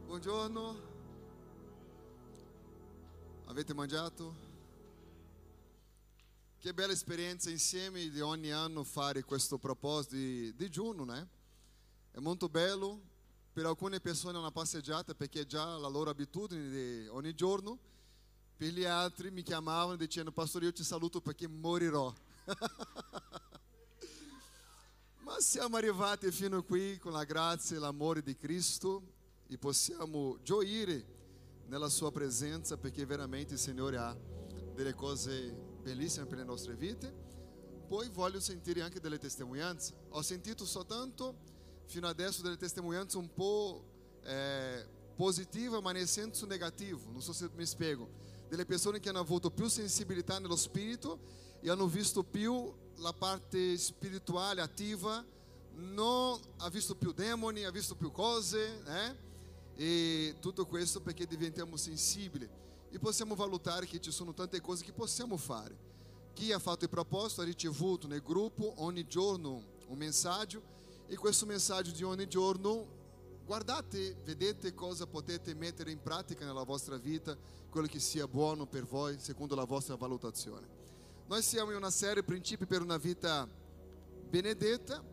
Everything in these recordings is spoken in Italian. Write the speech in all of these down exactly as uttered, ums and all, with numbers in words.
Buongiorno, avete mangiato? Che bella esperienza insieme di ogni anno fare questo proposito di digiuno, né? È molto bello, per alcune persone è una passeggiata perché è già la loro abitudine di ogni giorno, per gli altri mi chiamavano dicendo: Pastore, io ti saluto perché morirò. Ma siamo arrivati fino qui con la grazia e l'amore di Cristo e possiamo gioire nella sua presenza perché veramente il Signore ha delle cose bellissime per le nostre vite. Poi voglio sentire anche delle testimonianze. Ho sentito soltanto fino adesso delle testimonianze un po' eh, positive, ma nel senso negativo. Non so se mi spiego. Delle persone che hanno avuto più sensibilità nello spirito e hanno visto più la parte spirituale attiva, non ha visto più demoni, ha visto più cose, eh? E tutto questo perché diventiamo sensibili e possiamo valutare che ci sono tante cose che possiamo fare. Chi ha fatto il proposito ha ricevuto nel gruppo ogni giorno un messaggio e questo messaggio di ogni giorno guardate, vedete cosa potete mettere in pratica nella vostra vita, quello che sia buono per voi secondo la vostra valutazione. Noi siamo in una serie Principi per una vita benedetta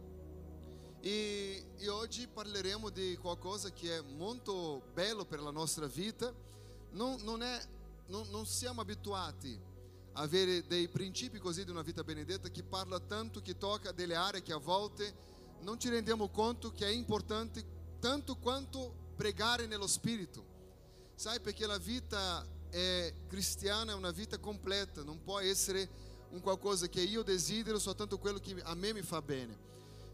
e, e oggi parleremo di qualcosa che è molto bello per la nostra vita. Non, non, è, non, non siamo abituati a avere dei principi così di una vita benedetta che parla tanto, che tocca delle aree che a volte non ci rendiamo conto che è importante tanto quanto pregare nello Spirito. Sai, perché la vita è cristiana è una vita completa, non può essere un qualcosa che io desidero soltanto quello che a me mi fa bene.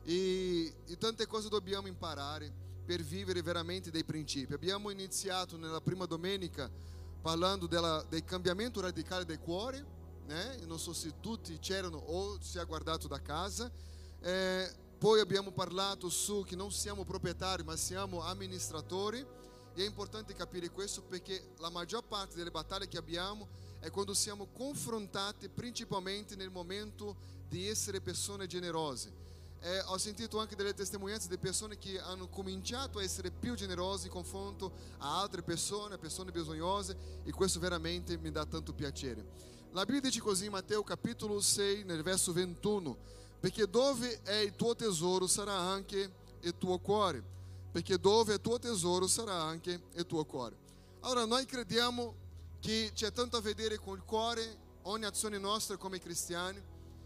E, e tante cose dobbiamo imparare per vivere veramente dei principi. Abbiamo iniziato nella prima domenica parlando della, del cambiamento radicale del cuore, né? Non so se tutti c'erano o si è guardato da casa. Eh, poi abbiamo parlato su che non siamo proprietari ma siamo amministratori e è importante capire questo perché la maggior parte delle battaglie che abbiamo è quando siamo confrontati principalmente nel momento di essere persone generose. Eh, ho sentito anche delle testimonianze di persone che hanno cominciato a essere più generose in confronto a altre persone, a persone bisognose, e questo veramente mi dà tanto piacere. La Bibbia dice così in Matteo capitolo sei, nel verso ventuno: perché dove è il tuo tesoro sarà anche il tuo cuore. Perché dove è il tuo tesoro sarà anche il tuo cuore. Allora noi crediamo che c'è tanto a vedere con il cuore, ogni azione nostra come cristiani.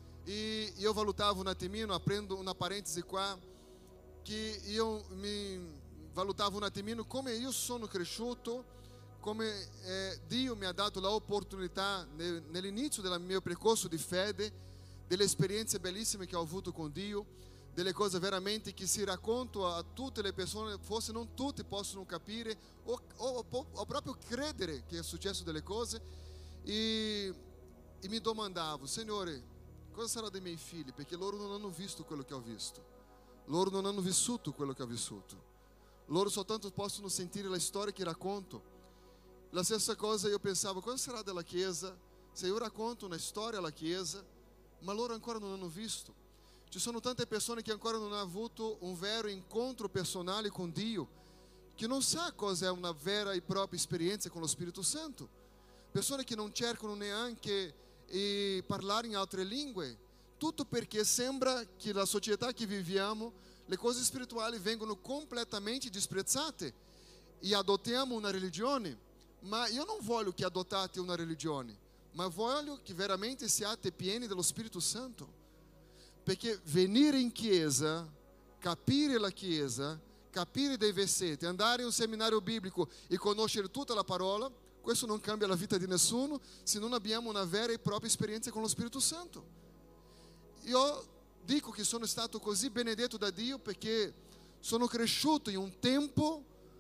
E io valutavo un attimino, aprendo una parentesi qua, che io mi valutavo un attimino come io sono cresciuto, come eh, Dio mi ha dato l'opportunità nel, nell'inizio del mio percorso di fede, delle esperienze bellissime che ho avuto con Dio, delle cose veramente che si racconto a tutte le persone, forse non tutti possono capire o, o, o proprio credere che è successo delle cose, e, e mi domandavo: Signore, cosa sarà dei miei figli? Perché loro non hanno visto quello che ho visto, loro non hanno vissuto quello che ho vissuto, loro soltanto possono sentire la storia che racconto. La stessa cosa io pensavo: cosa sarà della Chiesa se io racconto una storia alla Chiesa ma loro ancora non hanno visto? Ci sono tante persone che ancora non hanno avuto un vero incontro personale con Dio, che non sa cosa è una vera e propria esperienza con lo Spirito Santo, persone che non cercano neanche e parlare in altre lingue, tutto perché sembra che la società che viviamo le cose spirituali vengono completamente disprezzate e adottiamo una religione. Ma io non voglio che adottate una religione, ma voglio che veramente siate pieni dello Spirito Santo, perché venire in chiesa, capire la chiesa, capire dei versetti, andare in un seminario biblico e conoscere tutta la parola, questo non cambia la vita di nessuno se non abbiamo una vera e propria esperienza con lo Spirito Santo. Io dico che sono stato così benedetto da Dio perché sono cresciuto in un tempo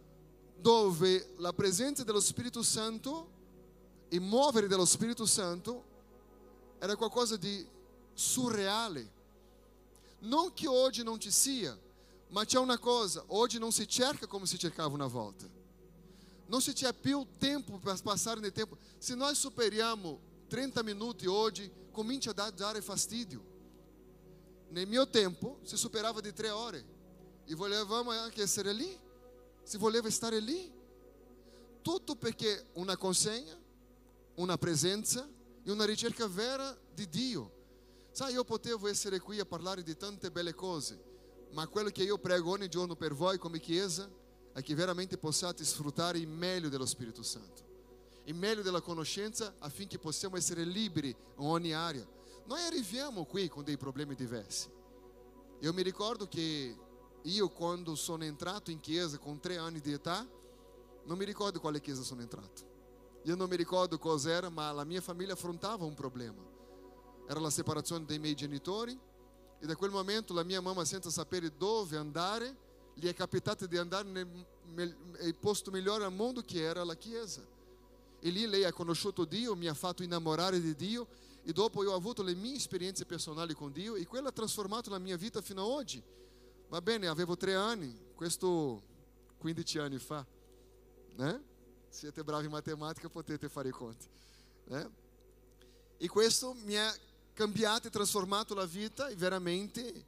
dove la presenza dello Spirito Santo, il muovere dello Spirito Santo era qualcosa di surreale. Non che oggi non ci sia, ma c'è una cosa: oggi non si cerca come si cercava una volta. Non se c'è più tempo per passare nel tempo. Se noi superiamo trenta minuti oggi, comincia a dare fastidio. Nel mio tempo si superava di tre ore e volevamo anche essere lì, si voleva stare lì, tutto perché una consegna, una presenza e una ricerca vera di Dio. Sai, io potevo essere qui a parlare di tante belle cose, ma quello che io prego ogni giorno per voi come Chiesa è che veramente possiate sfruttare il meglio dello Spirito Santo, il meglio della conoscenza, affinché possiamo essere liberi in ogni area. Noi arriviamo qui con dei problemi diversi. Io mi ricordo che io, quando sono entrato in chiesa con tre anni di età, non mi ricordo quale chiesa sono entrato. Io non mi ricordo cos'era, ma la mia famiglia affrontava un problema. Era la separazione dei miei genitori, e da quel momento la mia mamma, senza sapere dove andare, gli è capitato di andare nel, nel posto migliore al mondo, che era la chiesa. E lì lei ha conosciuto Dio, mi ha fatto innamorare di Dio, e dopo io ho avuto le mie esperienze personali con Dio, e quello ha trasformato la mia vita fino ad oggi. Va bene, avevo tre anni, questo quindici anni fa, né? Siete bravi in matematica, potete fare i conti, né? E questo mi ha cambiato e trasformato la vita, e veramente,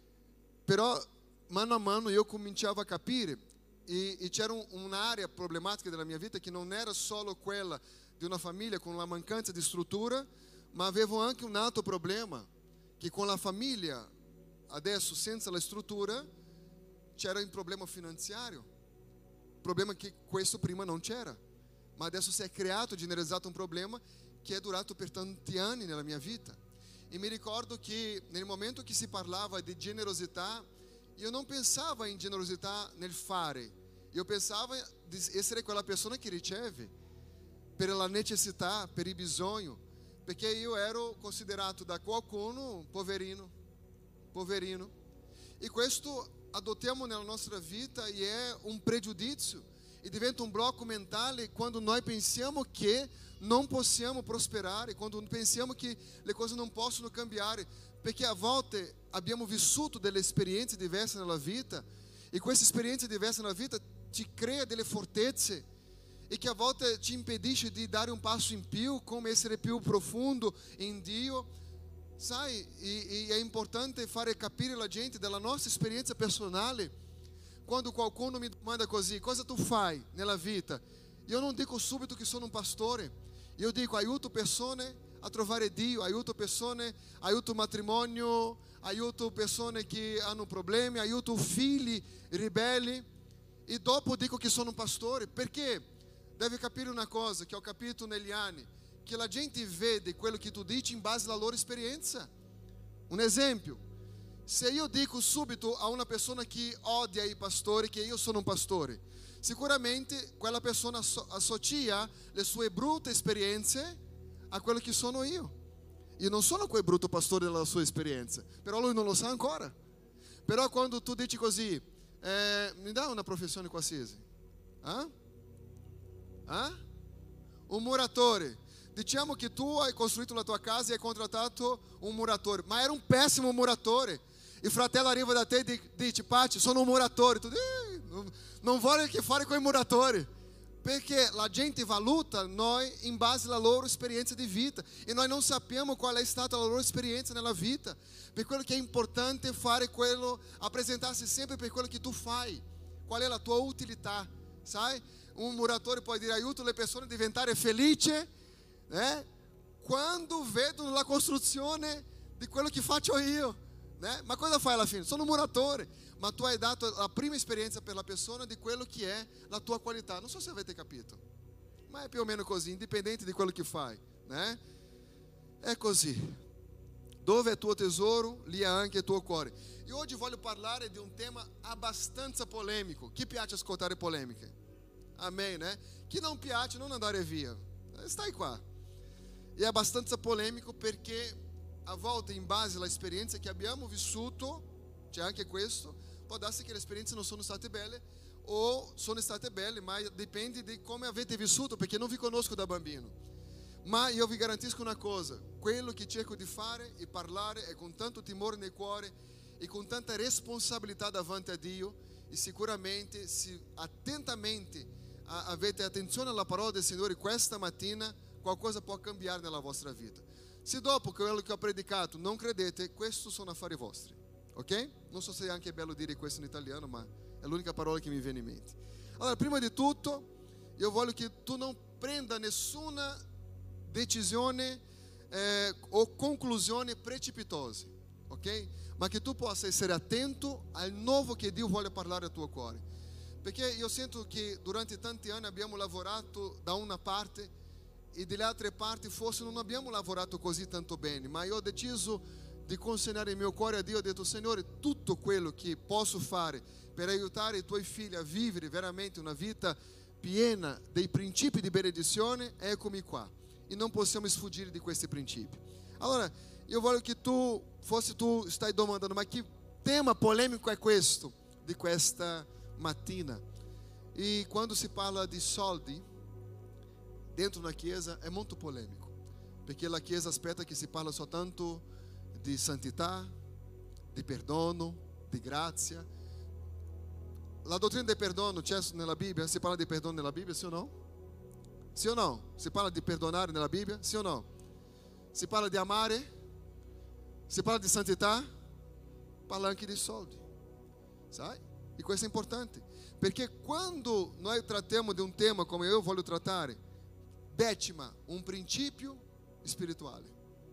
però mano a mano io cominciavo a capire, e, e c'era un, un'area problematica della mia vita che non era solo quella di una famiglia con la mancanza di struttura, ma avevo anche un altro problema, che con la famiglia adesso senza la struttura c'era un problema finanziario, problema che questo prima non c'era, ma adesso si è creato, generalizzato un problema che è durato per tanti anni nella mia vita. E mi ricordo che nel momento che si parlava di generosità, io non pensavo in generosità nel fare, io pensavo di essere quella persona che riceve per la necessità, per il bisogno, perché io ero considerato da qualcuno un poverino, poverino. E questo adottiamo nella nostra vita e è un pregiudizio, e diventa un blocco mentale quando noi pensiamo che non possiamo prosperare, quando pensiamo che le cose non possono cambiare, perché a volte abbiamo vissuto delle esperienze diverse nella vita, e queste esperienze diverse nella vita ti crea delle fortezze, e che a volte ti impedisce di dare un passo in più, come essere più profondo in Dio. Sai, e, e è importante fare capire alla gente della nostra esperienza personale. Quando qualcuno mi domanda così, cosa tu fai nella vita? Io non dico subito che sono un pastore, io dico aiuto persone a trovare Dio, aiuto persone, aiuto matrimonio, aiuto persone che hanno problemi, aiuto figli ribelli, e dopo dico che sono un pastore, perché deve capire una cosa che ho capito negli anni, che la gente vede quello che tu dici in base alla loro esperienza. Un esempio: se io dico subito a una persona che odia i pastori che io sono un pastore, sicuramente quella persona associa le sue brutte esperienze a quello che sono io. Io non sono quel brutto pastore della sua esperienza, però lui non lo sa ancora. Però quando tu dici così, eh, mi dà una professione qualsiasi? Ah? Ah? Un muratore. Diciamo che tu hai costruito la tua casa e hai contrattato un muratore, ma era un péssimo muratore. Il fratello arriva da te e dice: Paci, sono un muratore. Tu dici: non, non voglio che fare con i muratori. Perché la gente valuta noi in base alla loro esperienza di vita, e noi non sappiamo qual è stata la loro esperienza nella vita. Per quello che è importante fare quello, apresentarsi sempre per quello che tu fai, qual è la tua utilità, sai? Un muratore può dire: aiuto le persone a diventare felici, né? Quando vedono la costruzione di quello che faccio io, né? Ma cosa fai alla fine? Sono un muratore, ma tu hai dato la prima esperienza per la persona di quello che è la tua qualità. Non so se avete capito, ma è più o meno così, indipendente di quello che fai, né? È così. Dove è il tuo tesoro, lì è anche il tuo cuore. E oggi voglio parlare di un tema abbastanza polemico. Chi piace ascoltare polemiche? Amém, né? Chi non piace non andare via, stai qua. E è abbastanza polemico perché a volte, in base all'esperienza che abbiamo vissuto, c'è anche questo, può darsi che le esperienze non sono state belle, o sono state belle, ma dipende di come avete vissuto, perché non vi conosco da bambino. Ma io vi garantisco una cosa: quello che cerco di fare e parlare è con tanto timore nel cuore e con tanta responsabilità davanti a Dio, e sicuramente se attentamente avete attenzione alla parola del Signore questa mattina, qualcosa può cambiare nella vostra vita. Se dopo quello che ho predicato non credete, questo sono affari vostri, ok? Non so se è anche bello dire questo in italiano, ma è l'unica parola che mi viene in mente. Allora, prima di tutto, io voglio che tu non prenda nessuna decisione eh, o conclusione precipitosa, ok? Ma che tu possa essere attento al nuovo che Dio vuole parlare al tuo cuore. Perché io sento che durante tanti anni abbiamo lavorato da una parte e dalle altre parti forse non abbiamo lavorato così tanto bene, ma io ho deciso di consegnare il mio cuore a Dio. Ho detto: Signore, tutto quello che posso fare per aiutare i tuoi figli a vivere veramente una vita piena dei principi di benedizione, eccomi qua. E non possiamo sfuggire di questi principi. Allora, io voglio che tu, forse tu stai domandando, ma che tema polemico è questo di questa mattina? E quando si parla di soldi dentro una chiesa è molto polemico, perché la chiesa aspetta che si parla soltanto di santità, di perdono, di grazia. La dottrina del perdono c'è nella Bibbia? Si parla di perdono nella Bibbia, sì o no? Sì o no? Si parla di perdonare nella Bibbia, sì o no? Si parla di amare? Si parla di santità? Parla anche di soldi, sai? E questo è importante, perché quando noi trattiamo di un tema come io voglio trattare, decima, un principio spirituale.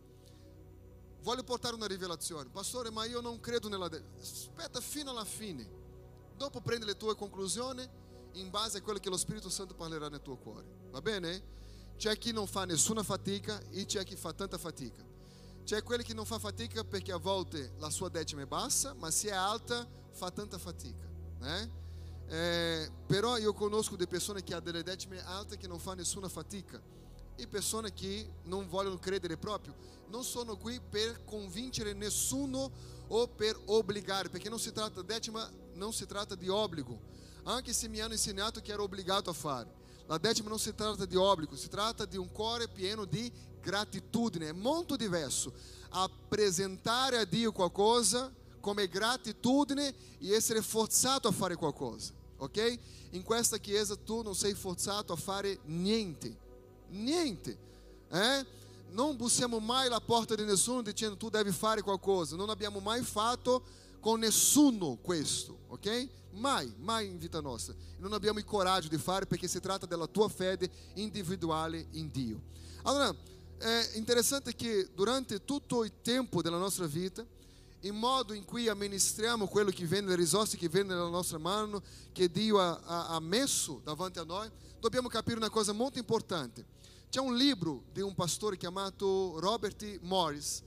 Voglio portare una rivelazione. Pastore, ma io non credo nella... Aspetta fino alla fine. Dopo prendi le tue conclusioni in base a quello che lo Spirito Santo parlerà nel tuo cuore. Va bene? C'è chi non fa nessuna fatica e c'è chi fa tanta fatica. C'è quelli che non fa fatica perché a volte la sua decima è bassa, ma se è alta fa tanta fatica. Eh? Eh, però io conosco delle persone che hanno delle decime alte che non fanno nessuna fatica, e persone che non vogliono credere proprio. Non sono qui per convincere nessuno o per obbligare, perché non si tratta, decima non si tratta di obbligo, anche se mi hanno insegnato che ero obbligato a fare. La decima non si tratta di obbligo, si tratta di un cuore pieno di gratitudine. È molto diverso presentare a Dio qualcosa come gratitudine e essere forzato a fare qualcosa, ok? In questa chiesa tu non sei forzato a fare niente, niente, eh? Non bussiamo mai la porta di nessuno dicendo tu devi fare qualcosa. Non abbiamo mai fatto con nessuno questo, ok? Mai, mai in vita nostra. Non abbiamo il coraggio di fare perché si tratta della tua fede individuale in Dio. Allora, è interessante che durante tutto il tempo della nostra vita, il modo in cui amministriamo quello che viene, le risorse che vengono nella nostra mano, che Dio ha, ha, ha messo davanti a noi, dobbiamo capire una cosa molto importante. C'è un libro di un pastore chiamato Robert Morris,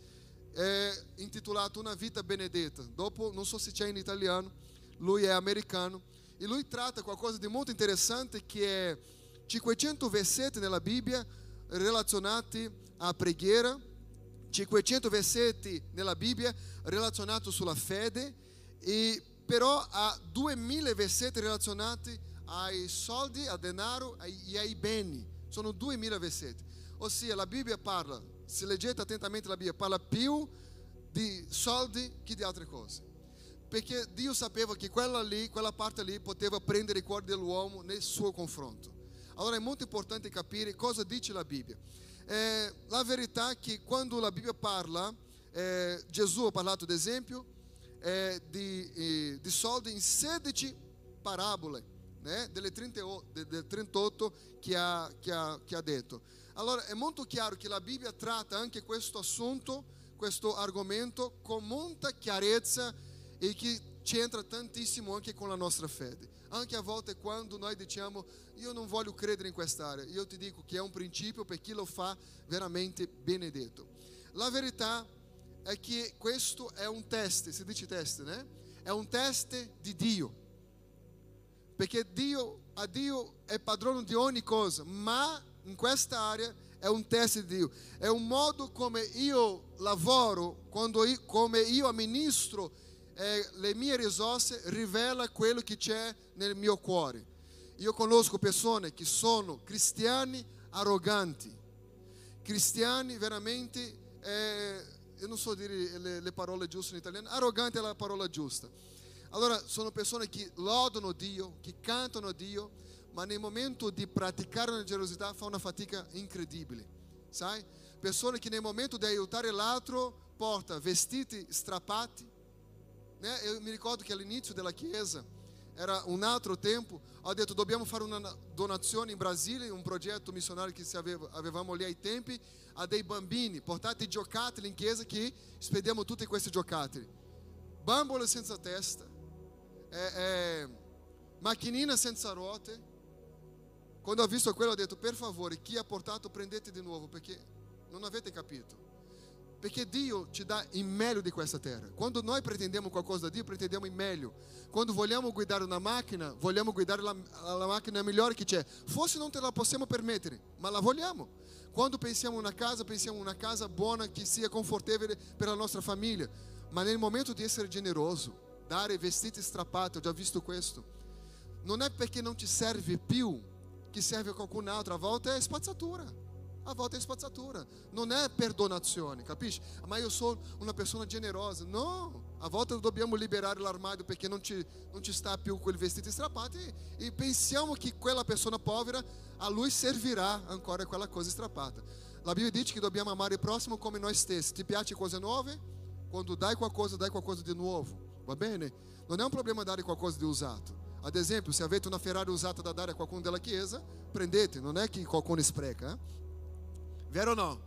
eh, intitolato Una vita benedetta. Dopo, non so se c'è in italiano, lui è americano, e lui tratta qualcosa di molto interessante, che è cinquecento versetti nella Bibbia relazionati a preghiera, cinquecento versetti nella Bibbia relazionati sulla fede, e però ha duemila versetti relazionati ai soldi, al denaro e ai beni. Sono duemila versetti. Ossia, la Bibbia parla, se leggete attentamente la Bibbia, parla più di soldi che di altre cose. Perché Dio sapeva che quella lì, quella parte lì poteva prendere il cuore dell'uomo nel suo confronto. Allora è molto importante capire cosa dice la Bibbia. Eh, la verità è che quando la Bibbia parla, eh, Gesù ha parlato ad esempio eh, di, eh, di soldi in sedici parabole, né? Delle trentotto, del trentotto che ha, che, ha, che ha detto. Allora è molto chiaro che la Bibbia tratta anche questo assunto, questo argomento con molta chiarezza, e che c'entra tantissimo anche con la nostra fede. Anche a volte quando noi diciamo io non voglio credere in quest'area, io ti dico che è un principio per chi lo fa veramente benedetto. La verità è che questo è un test, si dice test, né? È un test di Dio, perché Dio, a Dio è padrone di ogni cosa, ma in questa area è un test di Dio, è un modo come io lavoro, quando io, come io amministro eh, le mie risorse, rivela quello che c'è nel mio cuore. Io conosco persone che sono cristiani arroganti, cristiani veramente, eh, io non so dire le, le parole giuste in italiano, arrogante è la parola giusta. Allora sono persone che lodano Dio, che cantano a Dio, ma nel momento di praticare la generosità fa una fatica incredibile, sai? Persone che nel momento di aiutare l'altro porta vestiti strappati, né? Io mi ricordo che all'inizio della chiesa era un altro tempo, ho detto dobbiamo fare una donazione in Brasile, un progetto missionario che aveva, avevamo lì ai tempi, a dei bambini, portate giocattoli in chiesa che spediamo tutti questi giocattoli. Bambole senza testa, é, é, macchinina senza ruote. Quando ho visto quello ho detto per favore chi ha portato prendete di nuovo perché non avete capito. Perché Dio ci dà il meglio di questa terra. Quando noi pretendiamo qualcosa da Dio, pretendiamo il meglio. Quando vogliamo guidare una macchina, vogliamo guidare la, la macchina migliore che c'è. Forse non te la possiamo permettere, ma la vogliamo. Quando pensiamo in una casa, pensiamo in una casa buona che sia confortevole per la nostra famiglia. Ma nel momento di essere generoso, dare vestiti strappati, ho già visto questo. Non è perché non ti serve più che serve a qualcun altro, a volte è spazzatura. A volte è spazzatura, non è per donazione, capisci? Ma io sono una persona generosa. No, a volte dobbiamo liberare l'armadio perché non ci, non ci sta più quel vestito strappato e, e pensiamo che quella persona povera a lui servirà ancora quella cosa strappata. La Bibbia dice che dobbiamo amare il prossimo come noi stessi. Ti piace cose nuove? Quando dai qualcosa, dai qualcosa di nuovo, va bene? Non è un problema dare qualcosa di usato. Ad esempio, se avete una Ferrari usata da dare a qualcuno della chiesa, prendete, non è che qualcuno spreca, eh? Vero o no?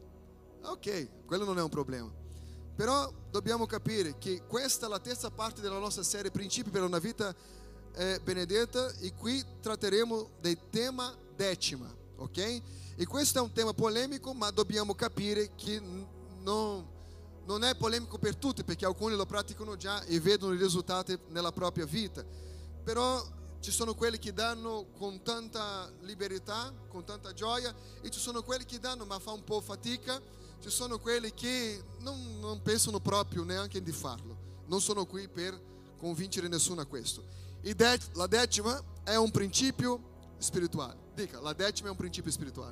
Ok, quello non è un problema. Però dobbiamo capire che questa è la terza parte della nostra serie Principi per una vita eh, benedetta e qui tratteremo del tema decima, ok? E questo è un tema polemico, ma dobbiamo capire che non, non è polemico per tutti, perché alcuni lo praticano già e vedono i risultati nella propria vita. Però ci sono quelli che danno con tanta libertà, con tanta gioia, e ci sono quelli che danno ma fa un po' fatica, ci sono quelli che non, non pensano proprio neanche di farlo. Non sono qui per convincere nessuno a questo. E de- la decima è un principio spirituale. Dica, la decima è un principio spirituale.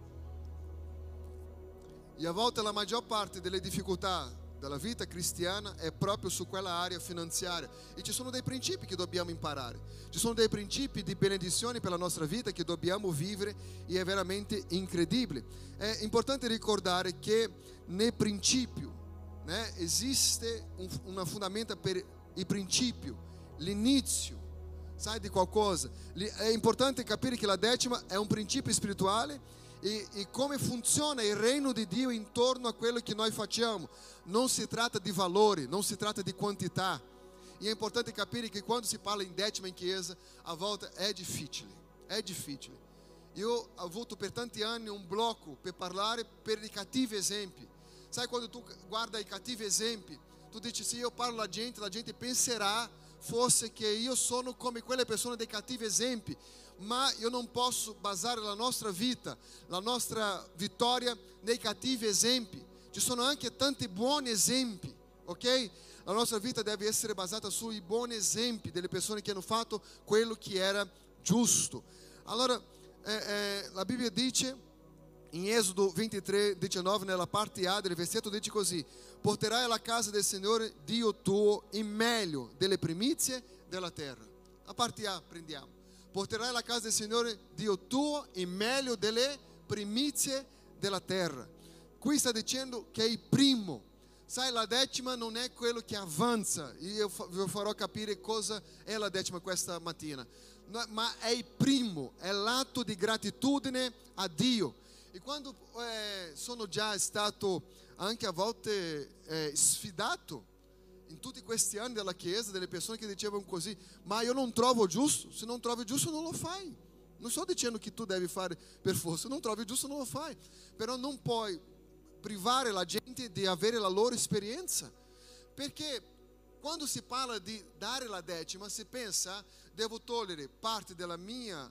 E a volte la maggior parte delle difficoltà della vita cristiana è proprio su quella area finanziaria e ci sono dei principi che dobbiamo imparare, ci sono dei principi di benedizione per la nostra vita che dobbiamo vivere e è veramente incredibile. È importante ricordare che nel principio né, esiste un, una fondamenta per il principio, l'inizio, sai, di qualcosa. È importante capire che la decima è un principio spirituale e, e come funziona il regno di Dio intorno a quello che noi facciamo. Non si tratta di valori, non si tratta di quantità. E è importante capire che quando si parla in decima in chiesa, a volta è difficile, è difficile. Io ho avuto per tanti anni un blocco per parlare per i cattivi esempi. Sai, quando tu guarda i cattivi esempi, tu dici, se io parlo alla gente, la gente penserà forse che io sono come quelle persone dei cattivi esempi. Ma io non posso basare la nostra vita, la nostra vittoria nei cattivi esempi. Ci sono anche tanti buoni esempi, ok? La nostra vita deve essere basata sui buoni esempi delle persone che hanno fatto quello che era giusto. Allora, eh, eh, la Bibbia dice, in Esodo ventitré, diciannove, nella parte A del versetto, dice così: porterai alla casa del Signore Dio tuo il meglio delle primizie della terra. La parte A prendiamo. Porterai alla casa del Signore Dio tuo il meglio delle primizie della terra. Qui sta dicendo che è il primo. Sai, la decima non è quello che avanza. Io vi farò capire cosa è la decima questa mattina. No, ma è il primo, è l'atto di gratitudine a Dio. E quando eh, sono già stato anche a volte eh, sfidato in tutti questi anni della Chiesa, delle persone che dicevano così, ma io non trovo giusto, se non trovi giusto non lo fai. Non sto dicendo che tu devi fare per forza, se non trovi giusto non lo fai. Però non puoi privare la gente di avere la loro esperienza. Perché quando si parla di dare la decima, si pensa, devo togliere parte della mia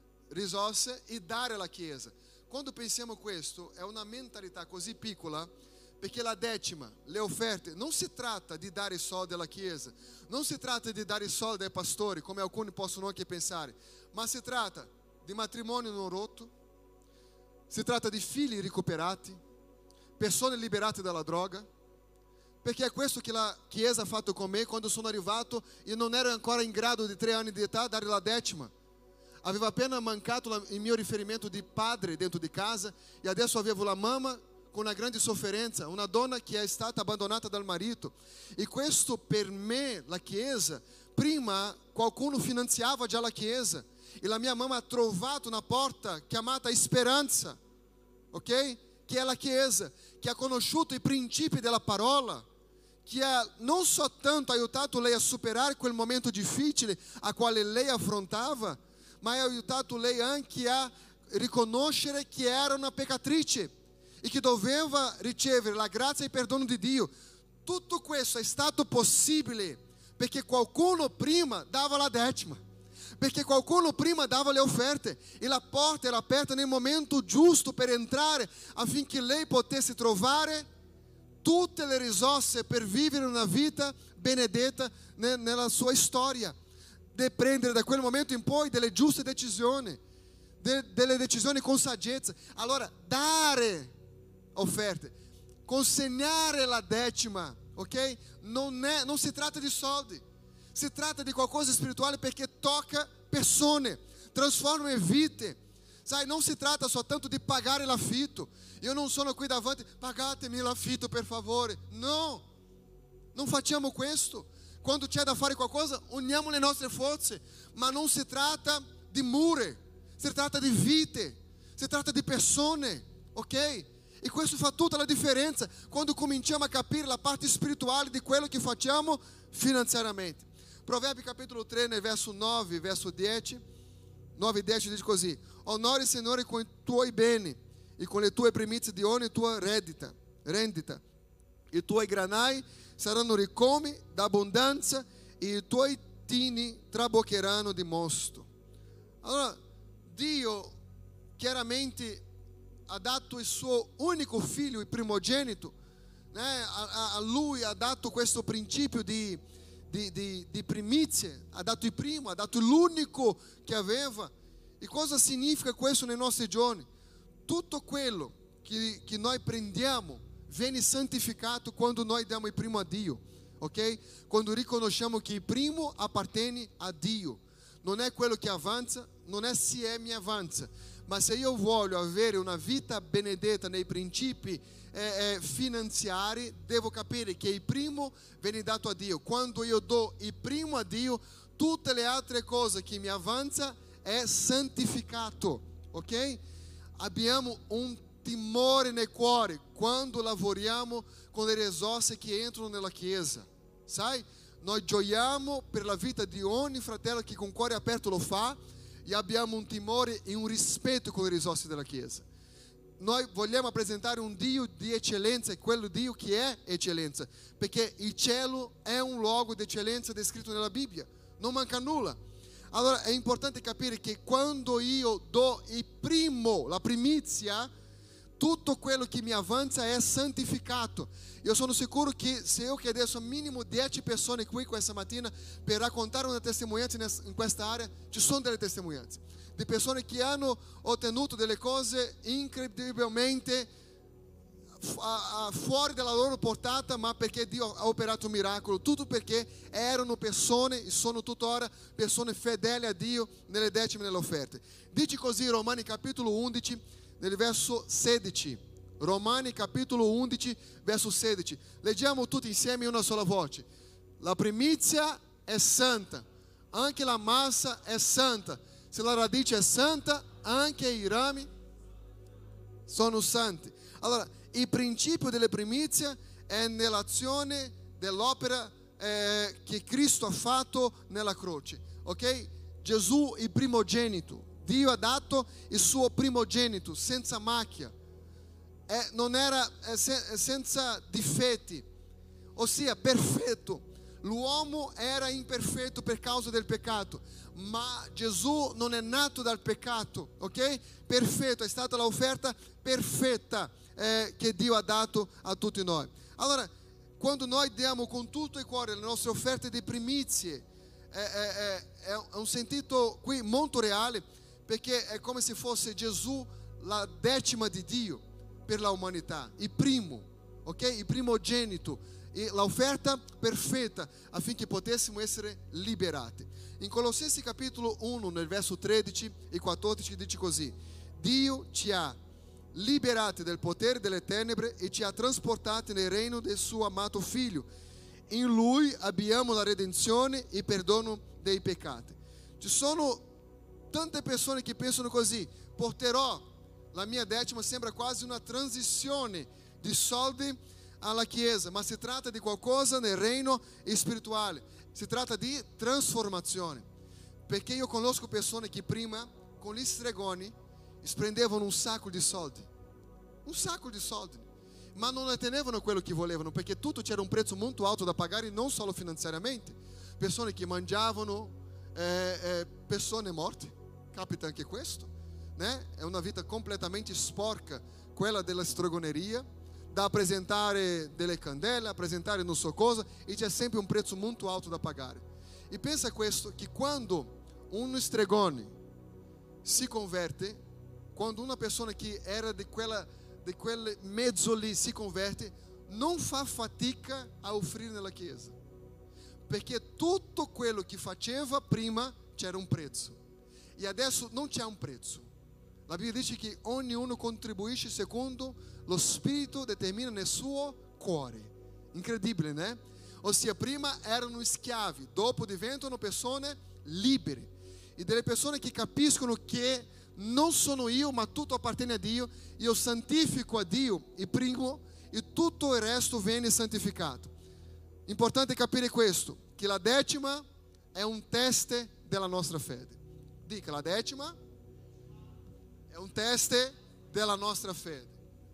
risorsa e dare alla Chiesa. Quando pensiamo questo, è una mentalità così piccola, perché la decima, le offerte, non si tratta di dare soldi alla Chiesa, non si tratta di dare soldi ai pastori, come alcuni possono anche pensare, ma si tratta di matrimonio non rotto, si tratta di figli recuperati, persone liberate dalla droga, perché è questo che la Chiesa ha fatto con me quando sono arrivato e non ero ancora in grado di tre anni di età a dare la decima. Aveva appena mancato il mio riferimento di padre dentro di casa e adesso avevo la mamma con una grande sofferenza, una donna che è stata abbandonata dal marito. E questo per me, la Chiesa, prima qualcuno finanziava già la chiesa e la mia mamma ha trovato una porta chiamata speranza, ok? Che è la chiesa, che ha conosciuto i principi della parola, che ha non soltanto aiutato lei a superare quel momento difficile a quale lei affrontava, ma ha aiutato lei anche a riconoscere che era una peccatrice e che doveva ricevere la grazia e il perdono di Dio. Tutto questo è stato possibile perché qualcuno prima dava la decima, perché qualcuno prima dava le offerte e la porta era aperta nel momento giusto per entrare affinché lei potesse trovare tutte le risorse per vivere una vita benedetta nella sua storia, di prendere da quel momento in poi delle giuste decisioni, de, delle decisioni con saggezza. Allora, dare offerte, consegnare la decima, ok? Non, è, non si tratta di soldi, si tratta di qualcosa spirituale perché tocca persone, trasforma vite. Sai, non si tratta soltanto di pagare l'affitto. Io non sono qui davanti, pagatemi l'affitto per favore. No, non facciamo questo. Quando c'è da fare qualcosa, uniamo le nostre forze. Ma non si tratta di mura, si tratta di vite, si tratta di persone, ok? E questo fa tutta la differenza quando cominciamo a capire la parte spirituale di quello che facciamo finanziariamente. Proverbi capitolo tre, nel verso nove, verso dieci, nove e dieci dice così: onore il Signore con i tuoi beni e con le tue primizie di ogni tua rendita, rendita. I tuoi granai saranno ricomi d'abbondanza e i tuoi tini traboccheranno di mosto. Allora, Dio chiaramente ha dato il suo unico figlio, il primogenito, né? a, a lui ha dato questo principio di, di, di, di primizie, ha dato il primo, ha dato l'unico che aveva. E cosa significa questo nei nostri giorni? Tutto quello che, che noi prendiamo viene santificato quando noi diamo il primo a Dio, ok? Quando riconosciamo che il primo appartiene a Dio. Non è quello che avanza, non è se è mi avanza, ma se io voglio avere una vita benedetta nei principi eh, eh, finanziari, devo capire che il primo viene dato a Dio. Quando io do il primo a Dio, tutte le altre cose che mi avanza è santificato, ok? Abbiamo un timore nel cuore quando lavoriamo con le risorse che entrano nella chiesa, sai? Noi gioiamo per la vita di ogni fratello che con cuore aperto lo fa e abbiamo un timore e un rispetto con le risorse della chiesa. Noi vogliamo presentare un Dio di eccellenza, quello Dio che è eccellenza, perché il cielo è un luogo di eccellenza descritto nella Bibbia, non manca nulla. Allora è importante capire che quando io do il primo, la primizia, tutto quello che mi avanza è santificato. Io sono sicuro che se io chiedessi al minimo dieci persone qui questa mattina per raccontare una testimonianza in questa area, ci sono delle testimonianze di persone che hanno ottenuto delle cose incredibilmente fuori dalla loro portata, ma perché Dio ha operato un miracolo, tutto perché erano persone e sono tuttora persone fedeli a Dio nelle decime e nelle offerte. Dice così Romani capitolo undici nel verso sedici. Romani capitolo undici verso sedici. Leggiamo tutti insieme in una sola voce. La primizia è santa, anche la massa è santa. Se la radice è santa, anche i rami sono santi. Allora, il principio delle primizie è nell'azione dell'opera eh, che Cristo ha fatto nella croce, ok? Gesù il primogenito, Dio ha dato il suo primogenito senza macchia, eh, non era eh, se, senza difetti, ossia perfetto. L'uomo era imperfetto per causa del peccato, ma Gesù non è nato dal peccato, ok? Perfetto, è stata l'offerta perfetta eh, che Dio ha dato a tutti noi. Allora, quando noi diamo con tutto il cuore le nostre offerte di primizie, è, è, è, è un sentito qui molto reale, perché è come se fosse Gesù la decima di Dio per la umanità, il primo, ok? Il primogenito. E l'offerta perfetta affinché potessimo essere liberati. In Colossensi capitolo uno nel verso tredici e quattordici dice così: Dio ci ha liberati dal potere delle tenebre e ci ha trasportati nel regno del suo amato figlio. in Lui abbiamo la redenzione e perdono dei peccati. Ci sono tante persone che pensano così: porterò la mia decima, sembra quasi una transizione di soldi alla Chiesa, ma si tratta di qualcosa nel reino spirituale, si tratta di trasformazione. Perché io conosco persone che prima con gli stregoni spendevano un sacco di soldi, un sacco di soldi, ma non ottenevano quello che volevano, perché tutto c'era un prezzo molto alto da pagare, non solo finanziariamente. Persone che mangiavano eh, eh, persone morte, capita anche questo, né? È una vita completamente sporca quella della stregoneria, da presentare delle candele, presentare non so cosa, e c'è sempre un prezzo molto alto da pagare. E pensa questo, che quando un stregone si converte, quando una persona che era di quella di quel mezzo lì si converte, non fa fatica a offrire nella chiesa, perché tutto quello che faceva prima c'era un prezzo e adesso non c'è un prezzo. La Bibbia dice che ognuno contribuisce secondo lo spirito determina nel suo cuore. Incredibile, né? Ossia, prima erano schiavi, dopo diventano persone libere, e delle persone che capiscono che non sono io, ma tutto appartiene a Dio. Io santifico a Dio il primo e tutto il resto viene santificato. Importante capire questo, che la decima è un test della nostra fede. Dica, la decima è un test della nostra fede.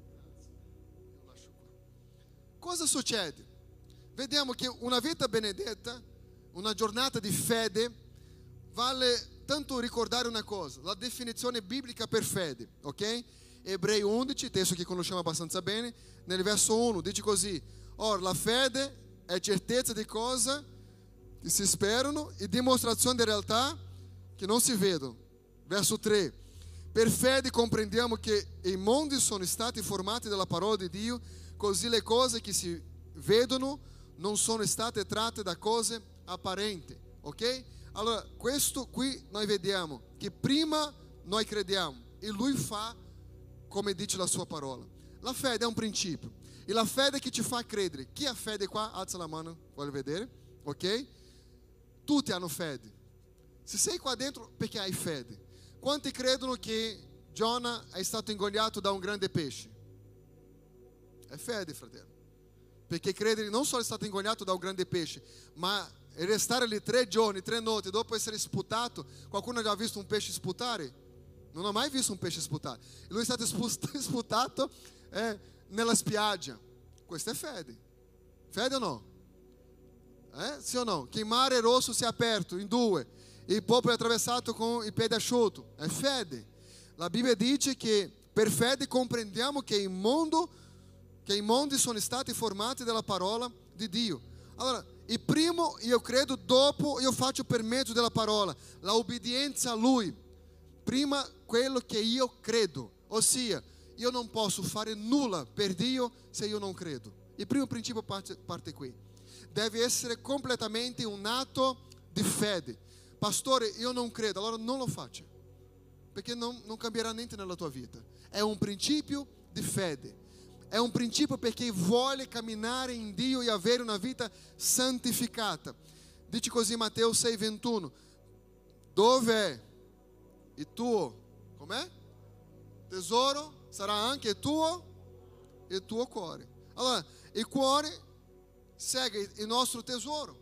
Cosa succede? Vediamo che una vita benedetta, una giornata di fede, vale tanto ricordare una cosa, la definizione biblica per fede, ok? Ebrei undici, testo che conosciamo abbastanza bene, nel verso uno dice così: or la fede è certezza di cose che si sperano e dimostrazione di realtà che non si vedono. Verso tre: per fede comprendiamo che i mondi sono stati formati dalla parola di Dio, così le cose che si vedono non sono state tratte da cose apparenti, ok? Allora, questo qui noi vediamo che prima noi crediamo e Lui fa come dice la sua parola. La fede è un principio e la fede che ci fa credere. Chi ha fede qua? Alza la mano, voglio vedere, ok? Tutti hanno fede. Se sei qua dentro, perché hai fede? Quanti credono che Giona è stato ingoiato da un grande pesce? È fede, fratello. Perché credere non solo è stato ingoiato da un grande pesce, ma restare lì tre giorni, tre notti dopo essere sputato. Qualcuno ha già visto un pesce sputare? Non ho mai visto un pesce sputare. Lui è stato sputato eh, nella spiaggia. Questa è fede. Fede o no? Eh? Sì o no? Che il mare rosso si è aperto in due e il popolo è attraversato con il piede asciutto. È fede. La Bibbia dice che per fede comprendiamo che il mondo, che i mondi sono stati formati dalla parola di Dio. Allora, il primo io credo, dopo io faccio per mezzo della parola, la obbedienza a Lui. Prima quello che io credo, ossia io non posso fare nulla per Dio se io non credo. Il primo principio parte, parte qui. Deve essere completamente un atto di fede. Pastore, io non credo, allora non lo faccia, perché non, non cambierà niente nella tua vita. È un principio di fede. È un principio perché vuole camminare in Dio e avere una vita santificata. Dice così Matteo sei ventuno: dove è il tuo, com'è? Tesoro, sarà anche il tuo, il tuo cuore. Allora, il cuore segue il nostro tesoro.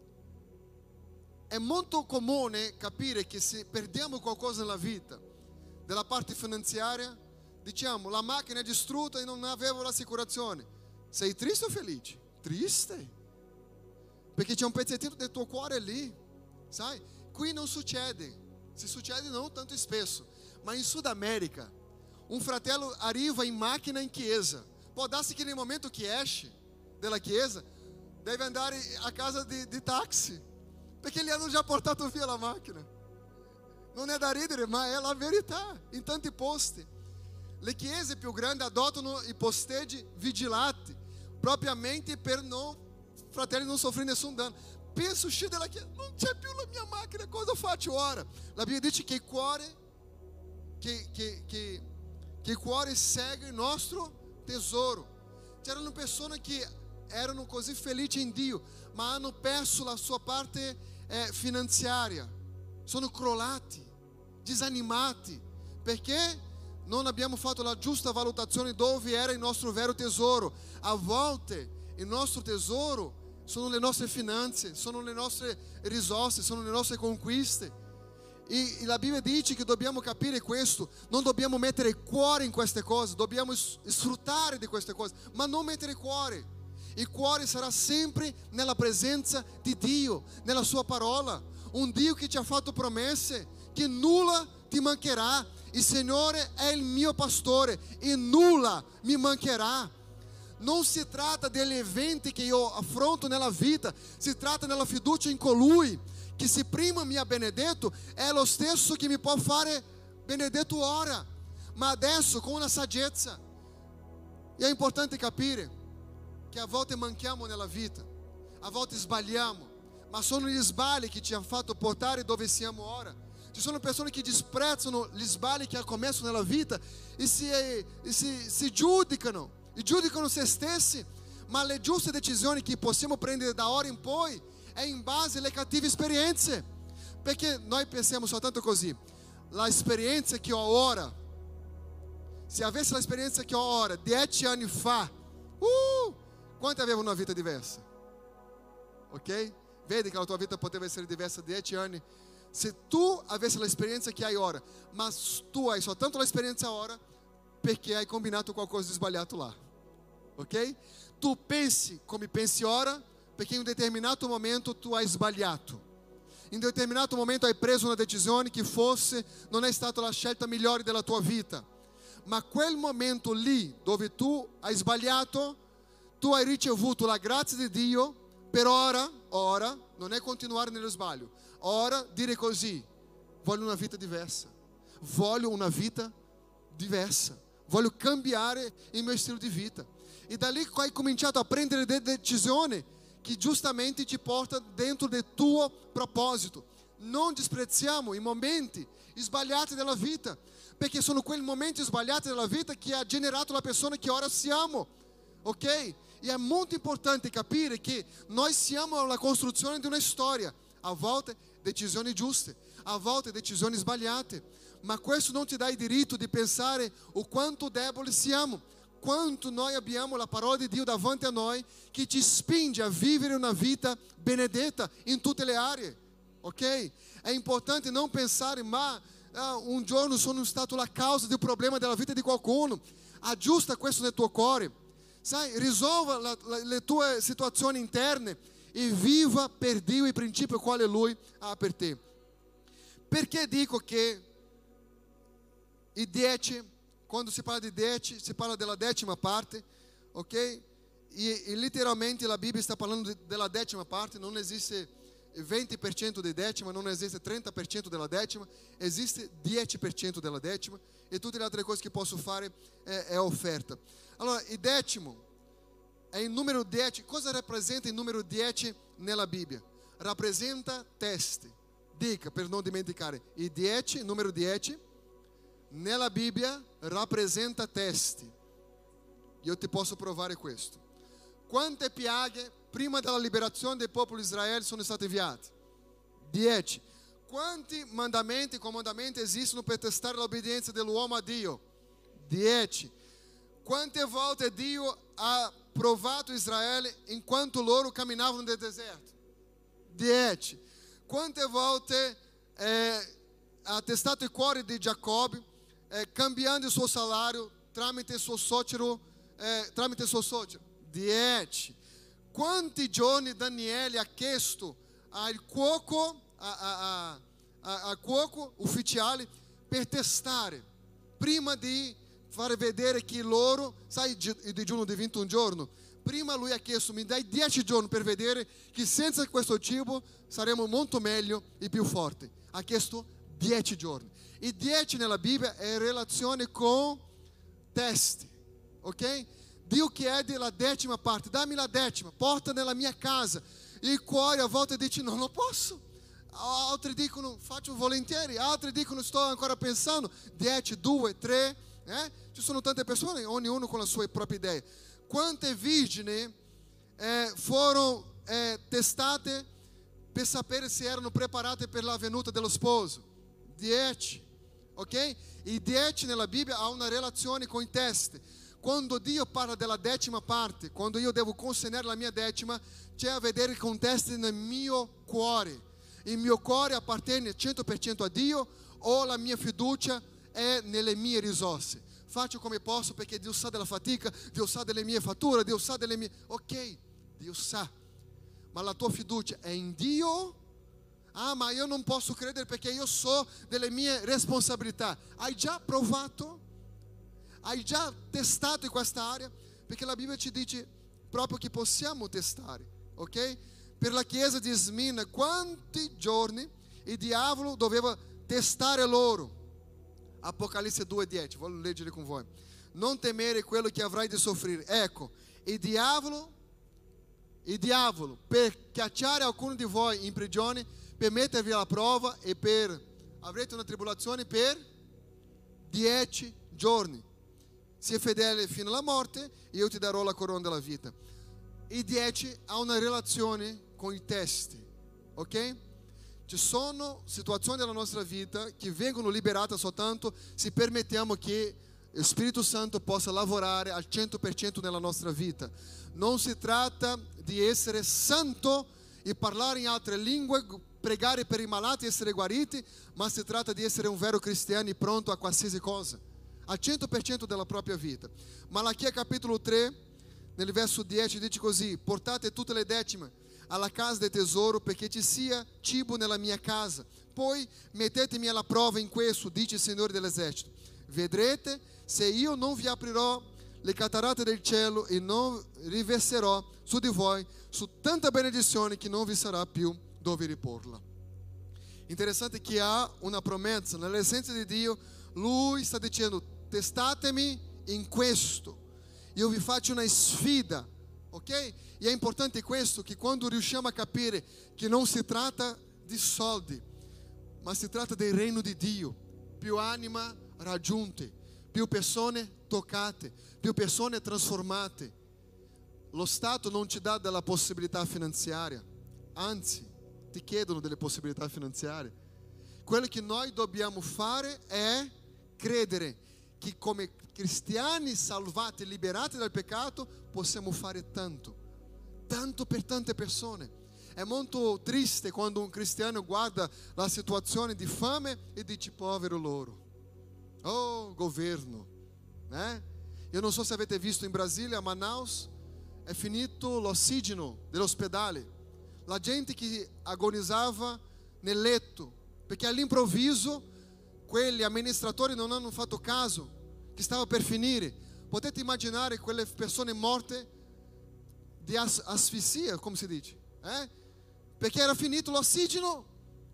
È molto comune capire che se perdiamo qualcosa nella vita, della parte finanziaria, diciamo, la macchina è distrutta e non avevo l'assicurazione. Sei triste o felice? Triste. Perché c'è un pezzettino del tuo cuore lì, sai? Qui non succede. Se succede non tanto spesso. Ma in Sud America, un fratello arriva in macchina in chiesa. Può darsi che nel momento che esce dalla chiesa, deve andare a casa di, di táxi, perché gli hanno già portato via la macchina. Non è da ridere, ma è la verità. In tanti posti. Le chiese più grandi adottano i posteggi vigilati, propriamente per non, fratelli, non soffrire nessun danno. Penso, uscire dalla chiesa, non c'è più la mia macchina, cosa faccio ora? La Bibbia dice che il cuore, che, che, che, che il cuore segue il nostro tesoro. C'erano persone che erano così felici in Dio, ma hanno perso la sua parte eh, finanziaria, sono crollati, disanimati, perché non abbiamo fatto la giusta valutazione dove era il nostro vero tesoro. A volte il nostro tesoro sono le nostre finanze, sono le nostre risorse, sono le nostre conquiste. E, e la Bibbia dice che dobbiamo capire questo, non dobbiamo mettere cuore in queste cose, dobbiamo sfruttare di queste cose, ma non mettere cuore. Il cuore sarà sempre nella presenza di Dio, nella sua parola. Un Dio che ti ha fatto promesse, che nulla ti mancherà. Il Signore è il mio pastore e nulla mi mancherà. Non si tratta degli eventi che io affronto nella vita, si tratta della fiducia in colui che, se prima mi ha benedetto, è lo stesso che mi può fare benedetto ora, ma adesso con una saggezza. E è importante capire che a volte manchiamo nella vita, a volte sbagliamo, ma sono gli sbagli che ci hanno fatto portare dove siamo ora. Ci sono persone che disprezzano gli sbagli che hanno commesso nella vita e si, e si, si giudicano, e giudicano se stessi, ma le giuste decisioni che possiamo prendere da ora in poi è in base alle cattive esperienze, perché noi pensiamo soltanto così: la esperienza che ho ora, se avessi l'esperienza che ho ora dieci anni fa, uh, quanti avevano una vita diversa? Ok? Vedi che la tua vita poteva essere diversa dieci anni se tu avessi l'esperienza che hai ora, ma tu hai soltanto l'esperienza ora perché hai combinato qualcosa di sbagliato là. Ok? Tu pensi come pensi ora perché in un determinato momento tu hai sbagliato. In un determinato momento hai preso una decisione che forse non è stata la scelta migliore della tua vita. Ma quel momento lì dove tu hai sbagliato, tu hai ricevuto la grazia di Dio per ora, ora, non è continuare nello sbaglio. Ora dire così: voglio una vita diversa, voglio una vita diversa, voglio cambiare il mio stile di vita. E da lì hai cominciato a prendere delle decisioni che giustamente ti portano dentro del tuo proposito. Non disprezziamo i momenti sbagliati della vita, perché sono quei momenti sbagliati della vita che ha generato la persona che ora siamo, ok? E è molto importante capire che noi siamo alla costruzione di una storia, a volte decisioni giuste, a volte decisioni sbagliate, ma questo non ti dà il diritto di pensare o quanto deboli siamo, quanto noi abbiamo la parola di Dio davanti a noi che ci spinge a vivere una vita benedetta in tutte le aree, ok? È importante non pensare: ma ah, un giorno sono stato la causa del problema della vita di qualcuno. Aggiusta questo nel tuo cuore, sai, risolva la, la, le tue situazioni interne e viva per Dio il principio quale Lui ha per te. Perché dico che i dieci, quando si parla di dieci, si parla della decima parte, ok? E, e letteralmente la Bibbia sta parlando de, della decima parte. Non esiste venti per cento di decima, non esiste trenta per cento della decima, esiste dieci per cento della decima, e tutte le altre cose che posso fare è, è offerta. Allora, il decimo è il numero dieci. Cosa rappresenta il numero dieci nella Bibbia? Rappresenta teste. Dica, per non dimenticare, il dieci, il numero dieci nella Bibbia rappresenta teste. Io ti posso provare questo. Quante piaghe prima della liberazione del popolo di Israele sono state inviate? dieci. Quanti mandamenti e comandamenti esistono per testare l'obbedienza dell'uomo a Dio? dieci. Quante volte Dio ha provato Israele enquanto loro camminavano nel deserto? dieci. Quante volte eh, ha testato il cuore di Giacobbe eh, cambiando il suo salario tramite il suo suocero, eh, tramite il suo suocero? dieci. Quanti giorni Daniele ha chiesto al cuoco, a, a, a, al cuoco ufficiale per testare, prima di fare vedere che loro, sai il digiuno di ventuno giorni? Prima lui ha chiesto: mi dai dieci giorni per vedere che senza questo cibo saremo molto meglio e più forti. Ha chiesto dieci giorni. E dieci nella Bibbia è in relazione con teste, ok? Dio chiede la decima parte: dammi la decima, porta nella mia casa. Il cuore a volte dice: non lo posso. Altri dicono: faccio volentieri. Altri dicono: sto ancora pensando. dieci, due, tre, eh? Ci sono tante persone, ognuno con la sua propria idea. Quante vergini eh, foram eh, testate per sapere se erano preparate per la venuta dello sposo. Dieci, ok? E dieci nella Bibbia ha una relazione con i testi. Quando Dio parla della decima parte, quando io devo consegnare la mia decima, c'è a vedere con testi nel mio cuore. Il mio cuore appartiene cento per cento a Dio o la mia fiducia è nelle mie risorse? Faccio come posso perché Dio sa della fatica, Dio sa delle mie fatture, Dio sa delle mie... Ok, Dio sa. Ma la tua fiducia è in Dio? Ah, ma io non posso credere perché io so delle mie responsabilità. Hai già provato? Hai già testato in questa area? Perché la Bibbia ci dice proprio che possiamo testare, ok? Per la chiesa di Smyrna, quanti giorni il diavolo doveva testare loro? Apocalisse due dieci, voglio leggere con voi. Non temere quello che avrai di soffrire. Ecco, il diavolo, il diavolo, per cacciare alcuni di voi in prigione, per mettervi alla prova e per avrete una tribolazione per dieci giorni. Sii fedele fino alla morte e io ti darò la corona della vita. Il dieci ha una relazione con i testi, ok? Ci sono situazioni della nostra vita che vengono liberate soltanto se permettiamo che lo Spirito Santo possa lavorare al cento per cento nella nostra vita. Non si tratta di essere santo e parlare in altre lingue, pregare per i malati e essere guariti, ma si tratta di essere un vero cristiano pronto a qualsiasi cosa, al cento per cento della propria vita. Malachia capitolo tre, nel verso dieci, dice così: portate tutte le decime alla casa del tesoro perché ci sia cibo nella mia casa. Poi mettetemi alla prova in questo, dice il Signore dell'esercito. Vedrete se io non vi aprirò le catarate del cielo e non riverserò su di voi su tanta benedizione che non vi sarà più dove riporla. Interessante che ha una promessa nell'essenza di Dio. Lui sta dicendo: testatemi in questo, io vi faccio una sfida, ok? E è importante questo, che quando riusciamo a capire che non si tratta di soldi, ma si tratta del regno di Dio, più anima raggiunte, più persone toccate, più persone trasformate. Lo Stato non ci dà della possibilità finanziaria, anzi ti chiedono delle possibilità finanziarie. Quello che noi dobbiamo fare è credere che come cristiani salvati e liberati dal peccato possiamo fare tanto, tanto per tante persone. È molto triste quando un cristiano guarda la situazione di fame e dice: povero loro, oh governo, eh? Io non so se avete visto in Brasile, a Manaus, è finito l'ossigeno dell'ospedale. La gente che agonizzava nel letto, perché all'improvviso quegli amministratori non hanno fatto caso, che stava per finire. Potete immaginare quelle persone morte di as- asfissia, come si dice? Eh? Perché era finito l'ossigeno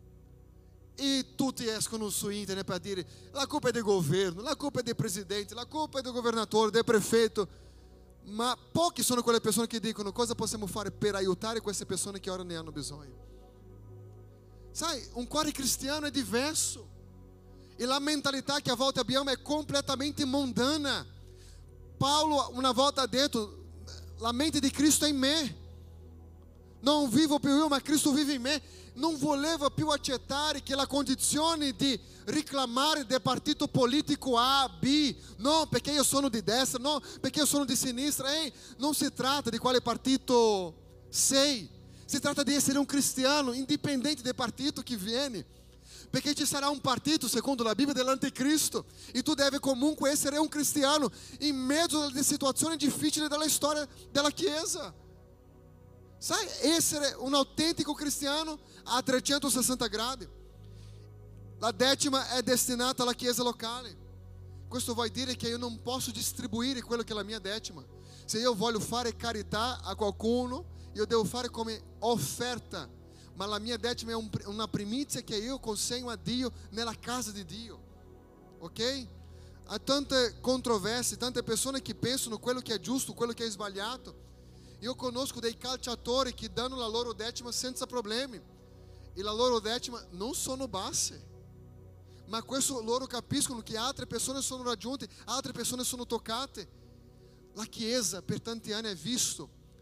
e tutti escono su internet per dire: la colpa è del governo, la colpa è del presidente, la colpa è del governatore, del prefetto. Ma pochi sono quelle persone che dicono: cosa possiamo fare per aiutare queste persone che ora ne hanno bisogno? Sai, un cuore cristiano è diverso. E la mentalità che a volte abbiamo è completamente mondana. Paolo una volta ha detto: la mente di Cristo è in me. Non vivo più io, ma Cristo vive in me. Non voleva più accettare che la condizione di reclamare del partito politico A, B, no, perché io sono di destra, no, perché io sono di sinistra. Ehi, non si tratta di quale partito sei. Si tratta di essere un cristiano, indipendente del partito che viene. Perché ci sarà un partito, secondo la Bibbia, dell'anticristo. E tu devi comunque essere un cristiano in mezzo alle situazioni difficili della storia della Chiesa. Sai, essere un autentico cristiano a trecentosessanta gradi. La decima è destinata alla Chiesa locale. Questo vuol dire che io non posso distribuire quello che è la mia decima. Se io voglio fare carità a qualcuno, io devo fare come offerta. Ma la mia decima è un, una primizia che io consegno a Dio nella casa di Dio. Ok? Há tante controversie, tante persone che pensano quello che è giusto, quello che è sbagliato. Io conosco dei calciatori che danno la loro decima senza problemi. E la loro decima non sono basse. Ma questo loro capiscono che altre persone sono raggiunte, altre persone sono toccate. La Chiesa per tanti anni ha visto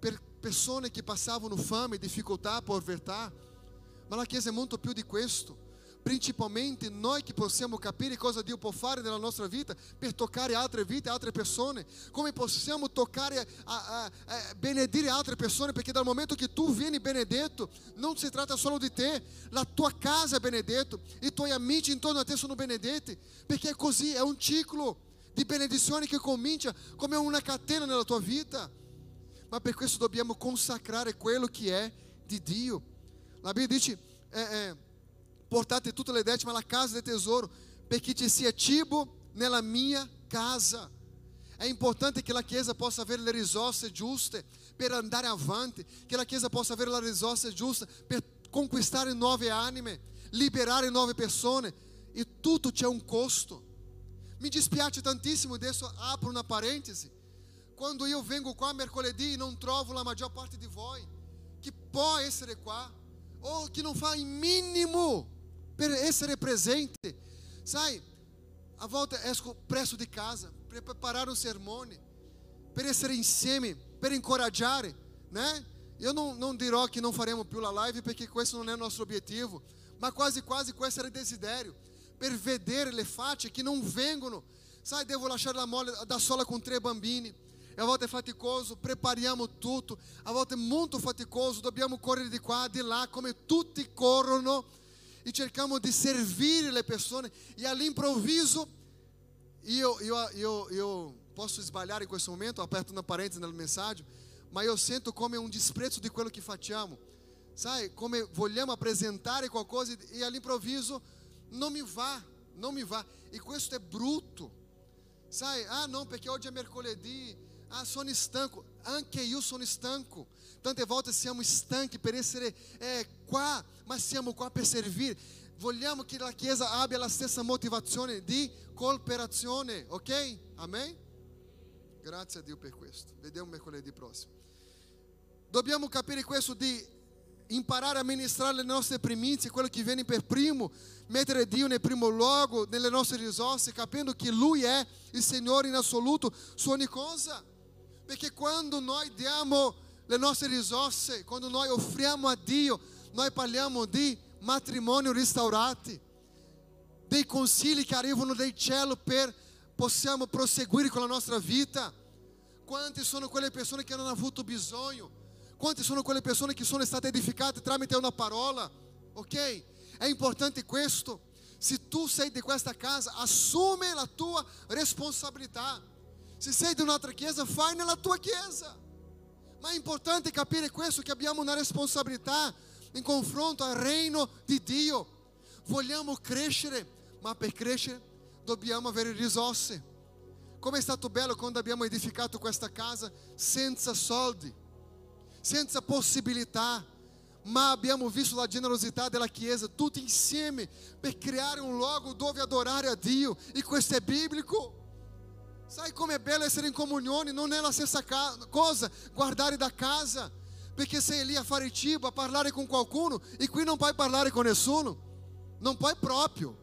per persone che passavano fame, difficoltà, povertà, ma la Chiesa è molto più di questo. Principalmente noi che possiamo capire cosa Dio può fare nella nostra vita per toccare altre vite, altre persone, come possiamo toccare, a, a, a benedire altre persone, perché dal momento che tu vieni benedetto non si tratta solo di te, la tua casa è benedetta, i tuoi amici intorno a te sono benedetti, perché è così, è un ciclo di benedizioni che comincia come una catena nella tua vita. Ma per questo dobbiamo consacrare quello che è di Dio. La Bibbia dice eh, eh, portate tutte le decime alla casa del tesoro, perché ci sia cibo nella mia casa. È importante che la Chiesa possa avere le risorse giuste per andare avanti, che la Chiesa possa avere le risorse giuste per conquistare nuove anime, liberare nuove persone, e tutto c'è un costo. Mi dispiace tantissimo, adesso apro una parentesi, quando io vengo qua mercoledì e non trovo la maggior parte di voi che può essere qua, o che non fa il minimo per essere presente. Sai, a volte esco presso di casa per preparare un sermone, per essere insieme, per incoraggiare, né? Io non, non dirò che non faremo più la live, perché questo non è il nostro obiettivo, ma quasi quasi questo era il desiderio, per vedere le facce che non vengono. Sai, devo lasciare la moglie da sola con tre bambini, e a volte è faticoso, prepariamo tutto, a volte è molto faticoso, dobbiamo correre di qua, di là, come tutti corrono, e cerchiamo di servire le persone, e all'improvviso, io, io, io, io posso sbagliare in questo momento, aperto una parentesi nel messaggio, ma io sento come un disprezzo di quello che facciamo, sai, come vogliamo apresentare qualcosa, e all'improvviso non mi va, non mi va, e questo è brutto, sai, ah não, perché oggi è mercoledì, ah, sono stanco, anche io sono stanco. Tante volte siamo stanchi per essere eh, qua, ma siamo qua per servire. Vogliamo che la Chiesa abbia la stessa motivazione di cooperazione, ok? Amen? Grazie a Dio per questo. Vediamo mercoledì prossimo. Dobbiamo capire questo di imparare a ministrare le nostre primizie, quello che viene per primo, mettere Dio nel primo luogo, nelle nostre risorse, capendo che Lui è il Signore in assoluto su ogni cosa. Perché quando noi diamo le nostre risorse, quando noi offriamo a Dio, noi parliamo di matrimonio restaurati, dei consigli che arrivano dal cielo per possiamo proseguire con la nostra vita. Quante sono quelle persone che hanno avuto bisogno? Quante sono quelle persone che sono state edificate tramite una parola? Ok? È importante questo. Se tu sei di questa casa, assume la tua responsabilità. Se sei di un'altra chiesa, fai nella tua chiesa. Ma è importante capire questo, che abbiamo una responsabilità in confronto al regno di Dio. Vogliamo crescere, ma per crescere dobbiamo avere risorse. Come è stato bello quando abbiamo edificato questa casa senza soldi, senza possibilità, ma abbiamo visto la generosità della Chiesa, tutti insieme, per creare un luogo dove adorare a Dio. E questo è biblico. Sai come è bello essere in comunione? Non è la stessa cosa guardare da casa, perché sei lì a fare cibo, a parlare con qualcuno, e qui non puoi parlare con nessuno, non puoi proprio,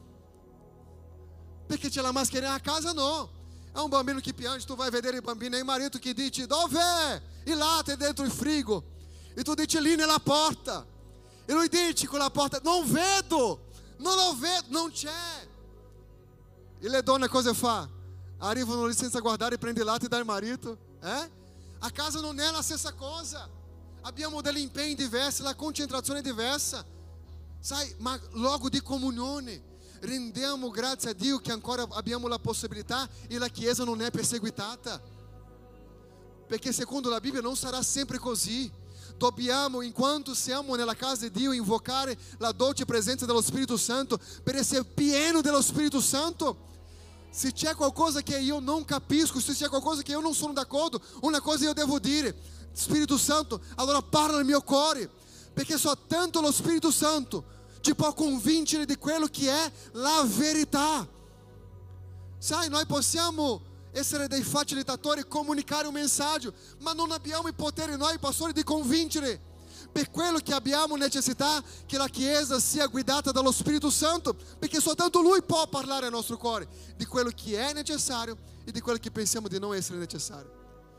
perché c'è la mascherina a casa. No, è un bambino che piange, tu vai vedere il bambino, e il marito che dice dov'è? Il latte è dentro il frigo, e tu dici lì nella porta, e lui dice con la porta non vedo, non lo vedo, non c'è. E le donne cosa fa? Arrivano lì senza guardare, prende il latte e dà al marito. Eh? A casa non è la stessa cosa. Abbiamo degli impegni diversi, la concentrazione è diversa. Sai, ma luogo di comunione. Rendiamo grazie a Dio che ancora abbiamo la possibilità e la Chiesa non è perseguitata. Perché secondo la Bibbia non sarà sempre così. Dobbiamo, enquanto siamo nella casa di Dio, invocare la dolce presenza dello Spirito Santo per essere pieno dello Spirito Santo. Se c'è qualcosa che io non capisco, se c'è qualcosa che io non sono d'accordo, una cosa io devo dire: Spirito Santo, allora parla nel mio cuore, perché soltanto lo Spirito Santo ci può convincere di quello che è la verità. Sai, noi possiamo essere dei facilitatori, comunicare un messaggio, ma non abbiamo il potere noi pastori di convincere. Per quello che abbiamo necessità che la Chiesa sia guidata dallo Spirito Santo, perché soltanto Lui può parlare al nostro cuore di quello che è necessario e di quello che pensiamo di non essere necessario.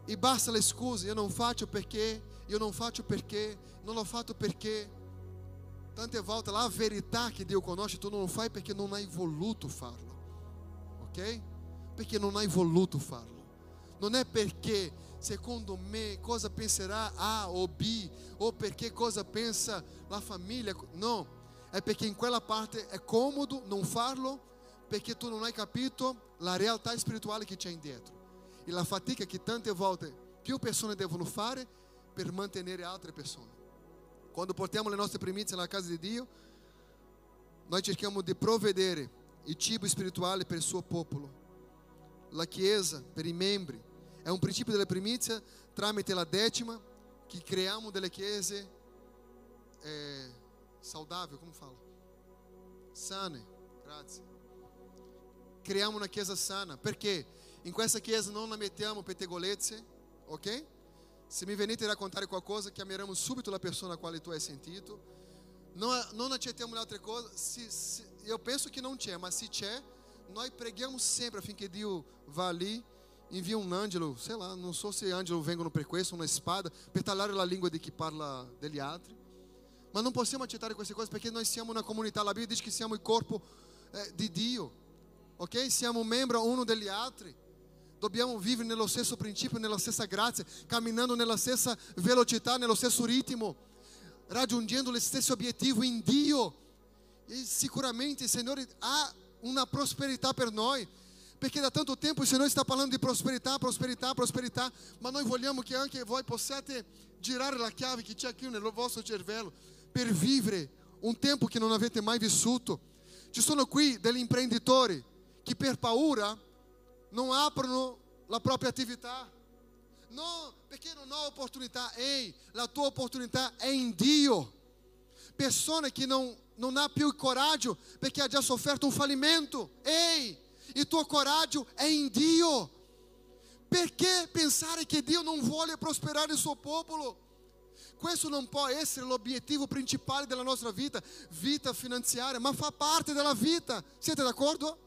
E basta le scuse, io non faccio perché, io non faccio perché, non l'ho fatto perché. Tante volte la verità che Dio conosce, tu non lo fai perché non hai voluto farlo, ok? Perché non hai voluto farlo. Non è perché, secondo me, cosa penserà A o B, o perché cosa pensa la famiglia, no. È perché in quella parte è comodo non farlo, perché tu non hai capito la realtà spirituale che c'è indietro. E la fatica che tante volte più persone devono fare per mantenere altre persone. Quando portiamo le nostre primizie nella casa di Dio, noi cerchiamo di provvedere il cibo spirituale per il suo popolo, la Chiesa, per i membri. È un principio delle primizie tramite la decima che creiamo delle chiese eh, saudáveis, come falo? Sane, grazie. Creiamo una chiesa sana, perché in questa chiesa non ammettiamo pettegolezze, ok? Se mi venite a raccontare qualcosa, chiameremo subito la persona a quale tu hai sentito. Non, non accettiamo le altre cose. Se, se, io penso che non c'è, ma se c'è, noi preghiamo sempre affinché Dio vá lì, invia un angelo, sei lá, non so se angelo vengono per questo, una spada, per tagliare la lingua di chi parla degli altri. Ma non possiamo accettare queste cose perché noi siamo una comunità. La Bibbia dice che siamo il corpo eh, di Dio, ok? Siamo membro uno degli altri. Dobbiamo vivere nello stesso principio, nella stessa grazia, camminando nella stessa velocità, nello stesso ritmo, raggiungendo lo stesso obiettivo in Dio. E sicuramente il Signore ha una prosperità per noi, perché da tanto tempo il Signore sta parlando di prosperità, prosperità, prosperità, ma noi vogliamo che anche voi possiate girare la chiave che c'è qui nel vostro cervello per vivere un tempo che non avete mai vissuto. Ci sono qui degli imprenditori che per paura non aprono la propria attività. No, perché non ho opportunità. Ehi, la tua opportunità è in Dio. Persone che non, non ha più il coraggio perché ha già sofferto un fallimento. Ehi, il tuo coraggio è in Dio. Perché pensare che Dio non vuole prosperare il suo popolo? Questo non può essere l'obiettivo principale della nostra vita, vita finanziaria, ma fa parte della vita. Siete d'accordo?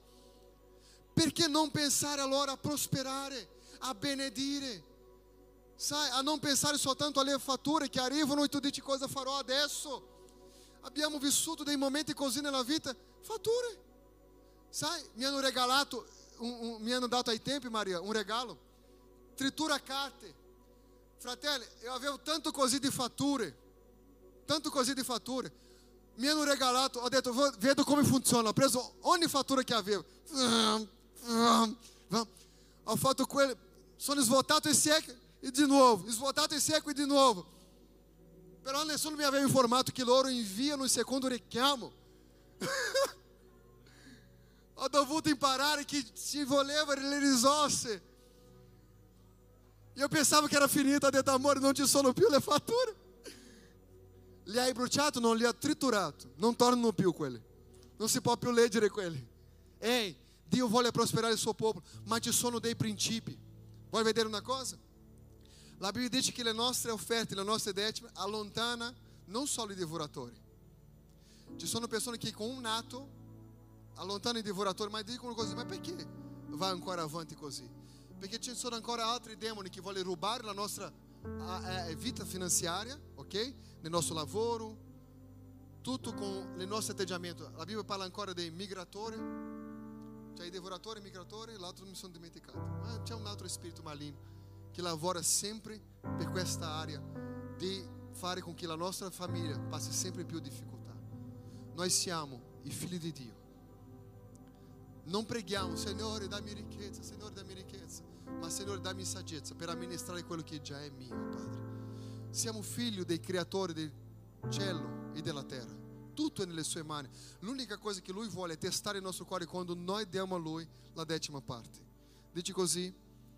Perché non pensare allora a prosperare, a benedire, sai, a non pensare soltanto alle fatture che arrivano e tu dici cosa farò adesso. Abbiamo vissuto dei momenti così nella vita, fatture. Sai, mi hanno regalato, un, un, mi hanno dato ai tempi, Maria, un regalo, tritura carte. Fratelli, io avevo tanto così di fatture, tanto così di fatture. Mi hanno regalato, ho detto, vedo come funziona, ho preso ogni fattura che avevo. Ho fatto quelle, sono svuotato e secco e di nuovo, svuotato e secco e di nuovo. Però nessuno mi aveva informato che loro inviano il secondo richiamo. Ho dovuto imparare che ci voleva le risorse. Io pensavo che era finita, ho detto, amore, non ci sono più le fatture. Li hai bruciato, non li ha triturato, non tornano più quelli. Non si può più leggere quelli. Ehi, Dio vuole prosperare il suo popolo, ma ci sono dei principi. Vuoi vedere una cosa? La Bibbia dice che le nostre offerte, le nostre decime allontana non solo i divoratori. Ci sono persone che con un atto allontanano i divoratori, ma dicono così, ma perché va ancora avanti così? Perché ci sono ancora altri demoni che vogliono rubare la nostra vita finanziaria, ok? Nel nostro lavoro, tutto con il nostro atteggiamento. La Bibbia parla ancora dei migratori, cioè i divoratori e i migratori, l'altro mi sono dimenticato, ma c'è un altro spirito maligno che lavora sempre per questa area di fare con che la nostra famiglia passi sempre più difficoltà. Noi siamo i figli di Dio. Non preghiamo, Signore dammi ricchezza, Signore dammi ricchezza, ma Signore dammi saggezza per amministrare quello che già è mio, Padre. Siamo figli dei creatori del cielo e della terra. Tutto è nelle sue mani. L'unica cosa che Lui vuole è testare il nostro cuore quando noi diamo a Lui la decima parte. Dice così,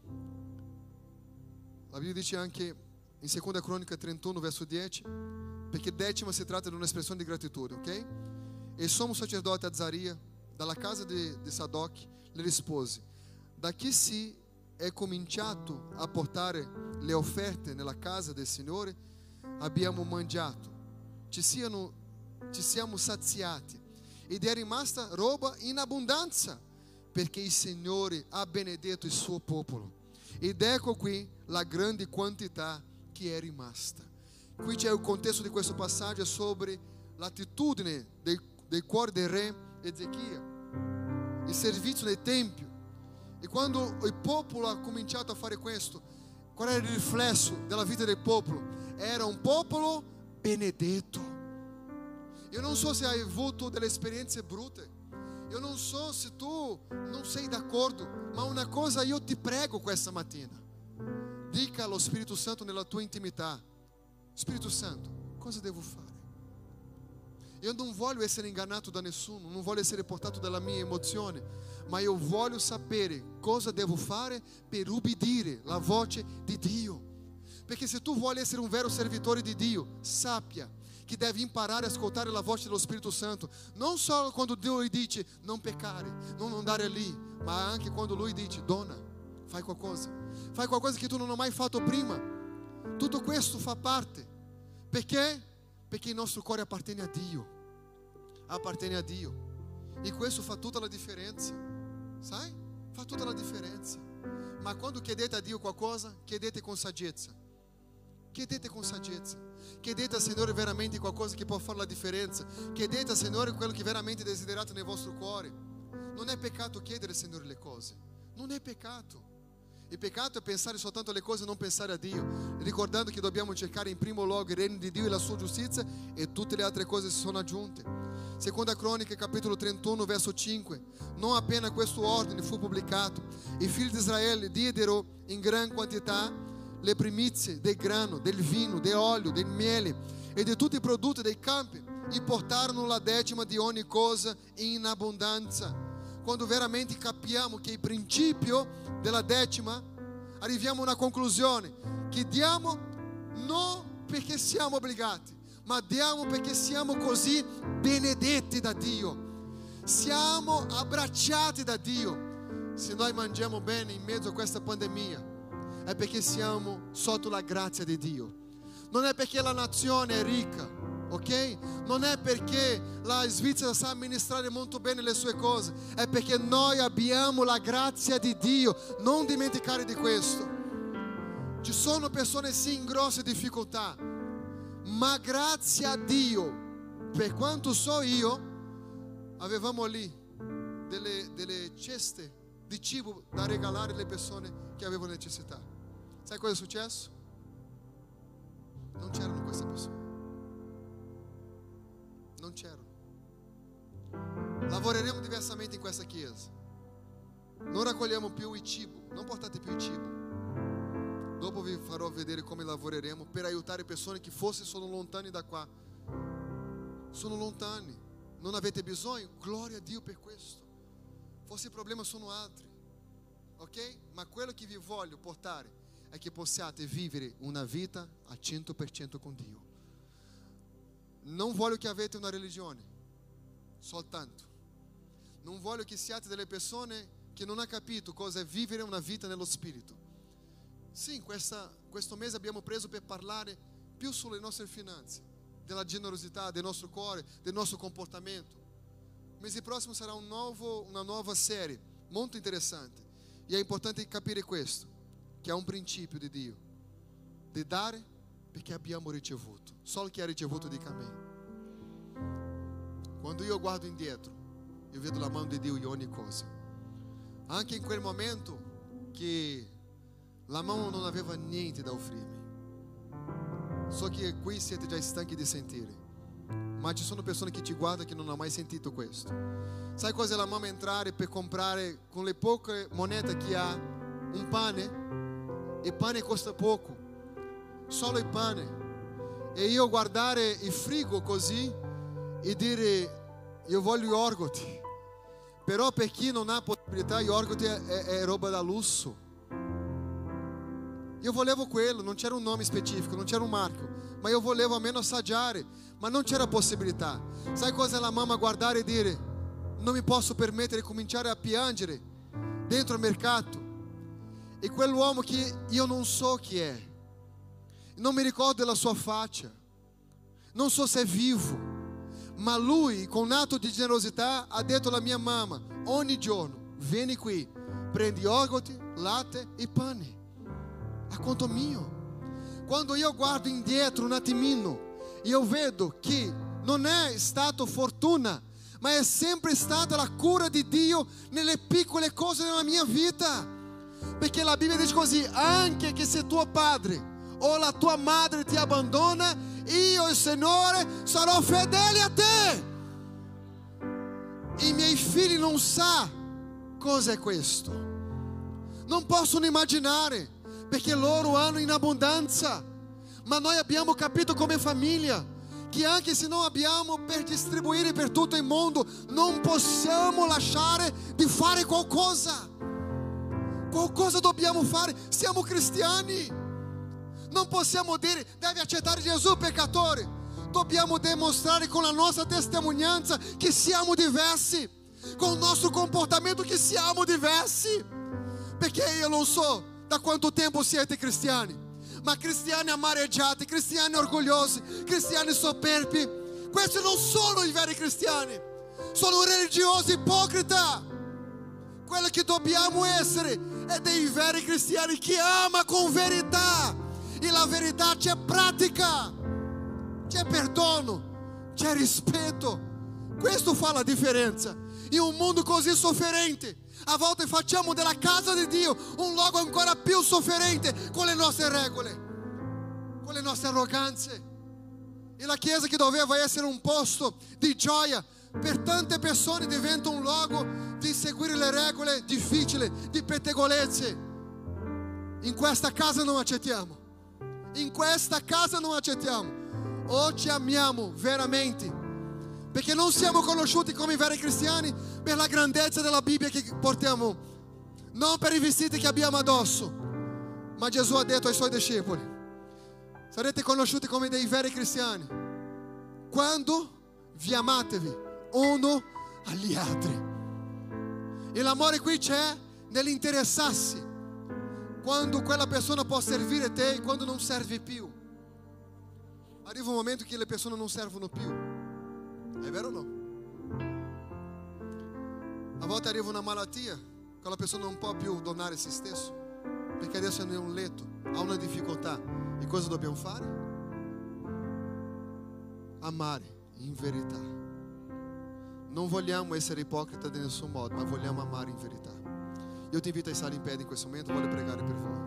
la Bibbia dice anche in seconda Cronica trentuno verso dieci, perché decima si tratta di un'espressione di gratitudine, ok? E il sommo sacerdote Azaria, dalla casa di, di Sadoc, le rispose, da chi si è cominciato a portare le offerte nella casa del Signore, abbiamo mangiato, ci, siano, ci siamo saziati ed è rimasta roba in abbondanza, perché il Signore ha benedetto il suo popolo. Ed ecco qui la grande quantità che è rimasta. Qui c'è il contesto di questo passaggio sobre l'attitudine del, del cuore del re Ezechia, il servizio nel Tempio. E quando il popolo ha cominciato a fare questo, qual era il riflesso della vita del popolo? Era un popolo benedetto. Io non so se hai avuto delle esperienze brutte, io non so se tu non sei d'accordo, ma una cosa io ti prego questa mattina: dica allo Spirito Santo nella tua intimità: Spirito Santo, cosa devo fare? Io non voglio essere ingannato da nessuno, non voglio essere portato dalla mia emozione, ma io voglio sapere cosa devo fare per ubbidire la voce di Dio. Perché se tu vuoi essere un vero servitore di Dio, sappia che deve imparare a ascoltare la voce dello Spirito Santo, non solo quando Dio gli dice non peccare, non andare lì, ma anche quando Lui dice donna, fai qualcosa, fai qualcosa che tu non hai mai fatto prima. Tutto questo fa parte. Perché? Perché il nostro cuore appartiene a Dio, appartiene a Dio, e questo fa tutta la differenza, sai? Fa tutta la differenza. Ma quando chiedete a Dio qualcosa, chiedete con saggezza, chiedete con saggezza, chiedete al Signore veramente qualcosa che può fare la differenza, chiedete al Signore quello che veramente desiderate nel vostro cuore. Non è peccato chiedere al Signore le cose, non è peccato. Il peccato è pensare soltanto alle cose e non pensare a Dio, ricordando che dobbiamo cercare in primo luogo il regno di Dio e la sua giustizia, e tutte le altre cose si sono aggiunte. Seconda Cronache, capitolo trentuno, verso cinque. Non appena questo ordine fu pubblicato, i figli di Israele diedero in gran quantità le primizie del grano, del vino, dell'olio, del miele e di tutti i prodotti dei campi, e portarono la decima di ogni cosa in abbondanza. Quando veramente capiamo che il principio della decima, arriviamo a una conclusione: che diamo non perché siamo obbligati, ma diamo perché siamo così benedetti da Dio, siamo abbracciati da Dio. Se noi mangiamo bene in mezzo a questa pandemia, è perché siamo sotto la grazia di Dio, non è perché la nazione è ricca, ok? Non è perché la Svizzera sa amministrare molto bene le sue cose, è perché noi abbiamo la grazia di Dio. Non dimenticare di questo. Ci sono persone sì in grosse difficoltà, ma grazie a Dio, per quanto so io, avevamo lì delle, delle ceste di cibo da regalare alle persone che avevano necessità. Sai cosa è successo? Non c'erano queste persone. Non c'erano. Lavoreremo diversamente in questa chiesa. Non raccogliamo più il cibo, non portate più il cibo. Dopo vi farò vedere come lavoreremo per aiutare persone che forse sono lontane da qua. Sono lontani, non avete bisogno, gloria a Dio per questo. Forse i problemi sono altri, ok? Ma quello che vi voglio portare è che possiate vivere una vita a cento per cento con Dio. Non voglio che avete una religione soltanto. Non voglio che siate delle persone che non hanno capito cosa è vivere una vita nello Spirito. Sì, in questa, questo mese abbiamo preso per parlare più sulle nostre finanze, della generosità del nostro cuore, del nostro comportamento. Il mese prossimo sarà un nuovo, una nuova serie molto interessante. E è importante capire questo, che è un principio di Dio, di dare perché abbiamo ricevuto. Solo chi ha ricevuto dica amen. Quando io guardo indietro, io vedo la mano di Dio in ogni cosa. Anche in quel momento che la mano non aveva niente da offrirmi. So che qui siete già stanchi di sentire, ma ci sono persone che ti guardano che non hanno mai sentito questo. Sai cosa è la mamma entrare per comprare con le poche monete che ha un pane? Il pane costa poco, solo il pane. E io guardare il frigo così e dire io voglio gli orgoti. Però per chi non ha possibilità, gli orgoti è, è, è roba da lusso. Io volevo quello, non c'era un nome specifico, non c'era un marchio, ma io volevo almeno assaggiare, ma non c'era possibilità. Sai cosa è la mamma guardare e dire non mi posso permettere di cominciare a piangere dentro il mercato? E quell'uomo che io non so chi è, non mi ricordo della sua faccia, non so se è vivo, ma lui con un atto di generosità ha detto alla mia mamma ogni giorno: vieni qui, prendi yogurt, latte e pane. a conto mio. Quando io guardo indietro un attimino, io vedo che non è stato fortuna, ma è sempre stata la cura di Dio nelle piccole cose della mia vita. Perché la Bibbia dice così: anche che se tuo padre o la tua madre ti abbandona, io il Signore sarò fedele a te. I miei figli non sa cosa è questo, non possono immaginare, perché loro hanno in abbondanza. Ma noi abbiamo capito come famiglia che anche se non abbiamo per distribuire per tutto il mondo, non possiamo lasciare di fare qualcosa. Qualcosa dobbiamo fare. Siamo cristiani, non possiamo dire devi accettare Gesù peccatore. Dobbiamo dimostrare con la nostra testimonianza che siamo diversi, con il nostro comportamento che siamo diversi. Perché io non so da quanto tempo siete cristiani, ma cristiani amareggiati, cristiani orgogliosi, cristiani superbi, questi non sono i veri cristiani, sono religiosi ipocrita. Quello che dobbiamo essere è dei veri cristiani che ama con verità, e la verità c'è pratica, c'è perdono, c'è rispetto. Questo fa la differenza. In un mondo così sofferente, a volte facciamo della casa di Dio un luogo ancora più sofferente con le nostre regole, con le nostre arroganze. E la chiesa che doveva essere un posto di gioia per tante persone diventa un luogo di seguire le regole difficili, di pettegolezze. In questa casa non accettiamo, in questa casa non accettiamo. O ci amiamo veramente, perché non siamo conosciuti come veri cristiani per la grandezza della Bibbia che portiamo, non per i vestiti che abbiamo addosso. Ma Gesù ha detto ai suoi discepoli: sarete conosciuti come dei veri cristiani quando vi amatevi uno agli altri. E l'amore qui c'è nell'interessarsi quando quella persona può servire te e quando non serve più. Arriva un momento che le persone non servono più, è vero o no? A volte arriva una malattia, quella persona non può più donare se stesso, perché adesso è in un letto, ha una difficoltà. E cosa dobbiamo fare? Amare in verità. Non vogliamo essere ipocrita di nessun modo, ma vogliamo amare in verità. Io ti invito a stare in piedi in questo momento, voglio pregare per voi.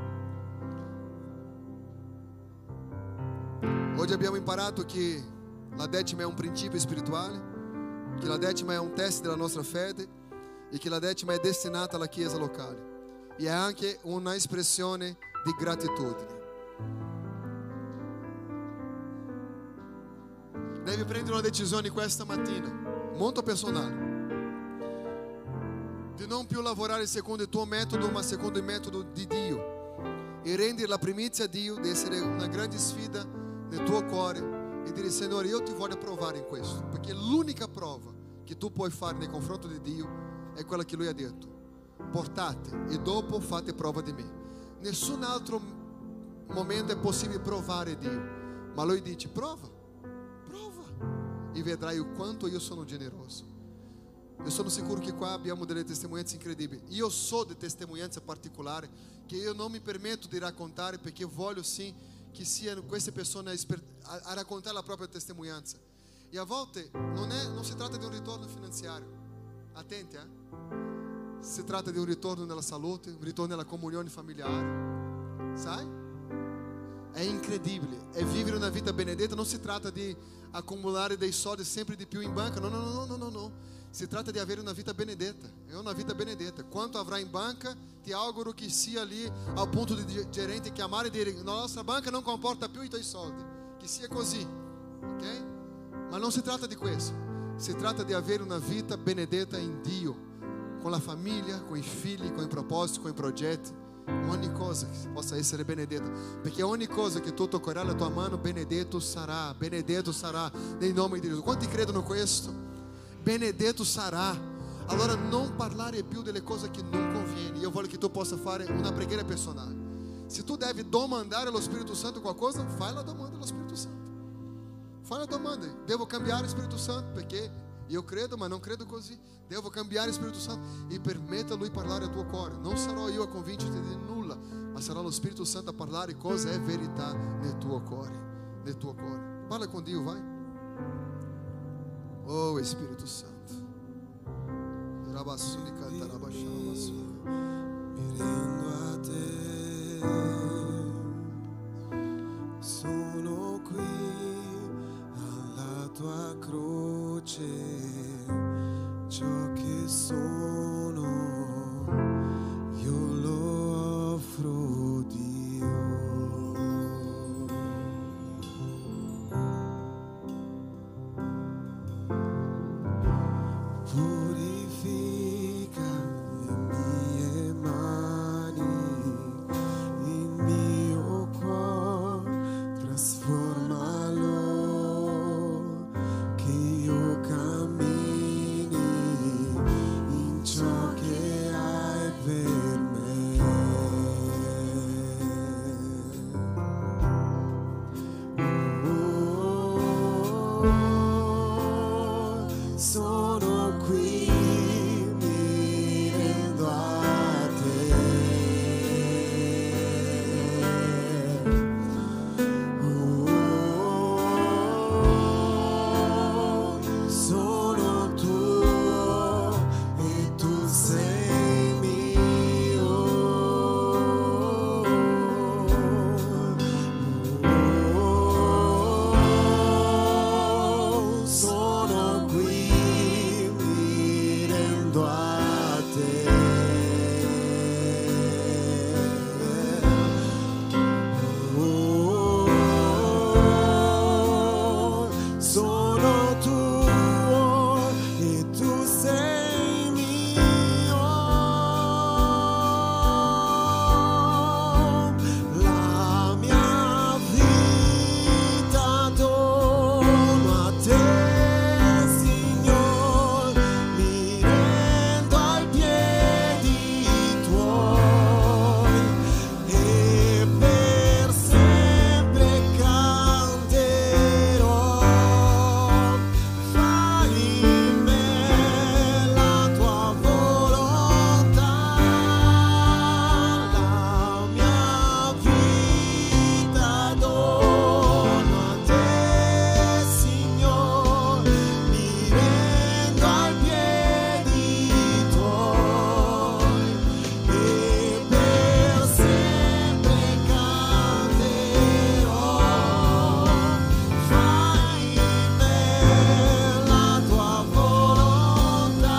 Oggi abbiamo imparato che la decima è un principio spirituale, che la decima è un test della nostra fede e che la decima è destinata alla chiesa locale e è anche una espressione di gratitudine. Devi prendere una decisione questa mattina, molto personale, di non più lavorare secondo il tuo metodo, ma secondo il metodo di Dio, e rendere la primizia a Dio di essere una grande sfida nel tuo cuore e dire: Signore, io ti voglio provare in questo, perché l'unica prova che tu puoi fare nei confronti di Dio è quella che Lui ha detto: portate e dopo fate prova di me. Nessun altro momento è possibile provare Dio, ma Lui dice: prova, prova e vedrai o quanto io sono generoso. Io sono sicuro che qua abbiamo delle testimonianze incredibili. Io so di testimonianze particolari che io non mi permetto di raccontare, perché voglio sì che siano queste persone a, a raccontare la propria testimonianza. E a volte non, è, non si tratta di un ritorno finanziario, attenti, eh? Si tratta di un ritorno nella salute, un ritorno nella comunione familiare, sai? È incredibile, è vivere una vita benedetta. Non si tratta di accumulare dei soldi sempre di più in banca, no, no, no, no, no, no. Si tratta di avere una vita benedetta, è una vita benedetta. Quanto avrai in banca, ti auguro che sia lì al punto di gerente chiamare e dire: la nostra banca non comporta più i tuoi soldi, che sia così, ok? Ma non si tratta di questo, si tratta di avere una vita benedetta in Dio, con la famiglia, con i figli, con i propositi, con i progetti. Ogni cosa che possa essere benedetta, perché ogni cosa che tu toccherai la tua mano, benedetto sarà, benedetto sarà nel nome di Dio. Quanti credono questo? Benedetto sarà. Allora non parlare più delle cose che non conviene. Io voglio che tu possa fare una preghiera personale. Se tu devi domandare allo Spirito Santo qualcosa, fai la domanda allo Spirito Santo. Fai la domanda: devo cambiare Spirito Santo? Perché Io credo, ma non credo così. Devo cambiare, Spirito Santo, e permetta a Lui parlare al tuo cuore. Non sarò io a convincerti di nulla, ma sarà lo Spirito Santo a parlare cosa è verità nel tuo cuore. Nel tuo cuore. Parla con Dio, vai. Oh Spirito Santo. Mi rendo a te, sono qui alla tua croce, ciò che sono io lo offro, Dio. Purifica le mie mani, il mio cuore, trasformalo, che io cammini in ciò che hai per me. Oh, sono qui, mi rendo a te. Oh, sono tuo e tu sei mio. Oh, sono qui, mi rendo a te. Oh, sono tuo e tu sei mio. La mia vita dono a te, Signor, mi rendo ai piedi tuoi e per sempre canterò. Fai in me la tua volontà, la mia vita dono a te, Signor, mi rendo ai piedi tuoi e per sempre canterò. Fai in me la tua volontà.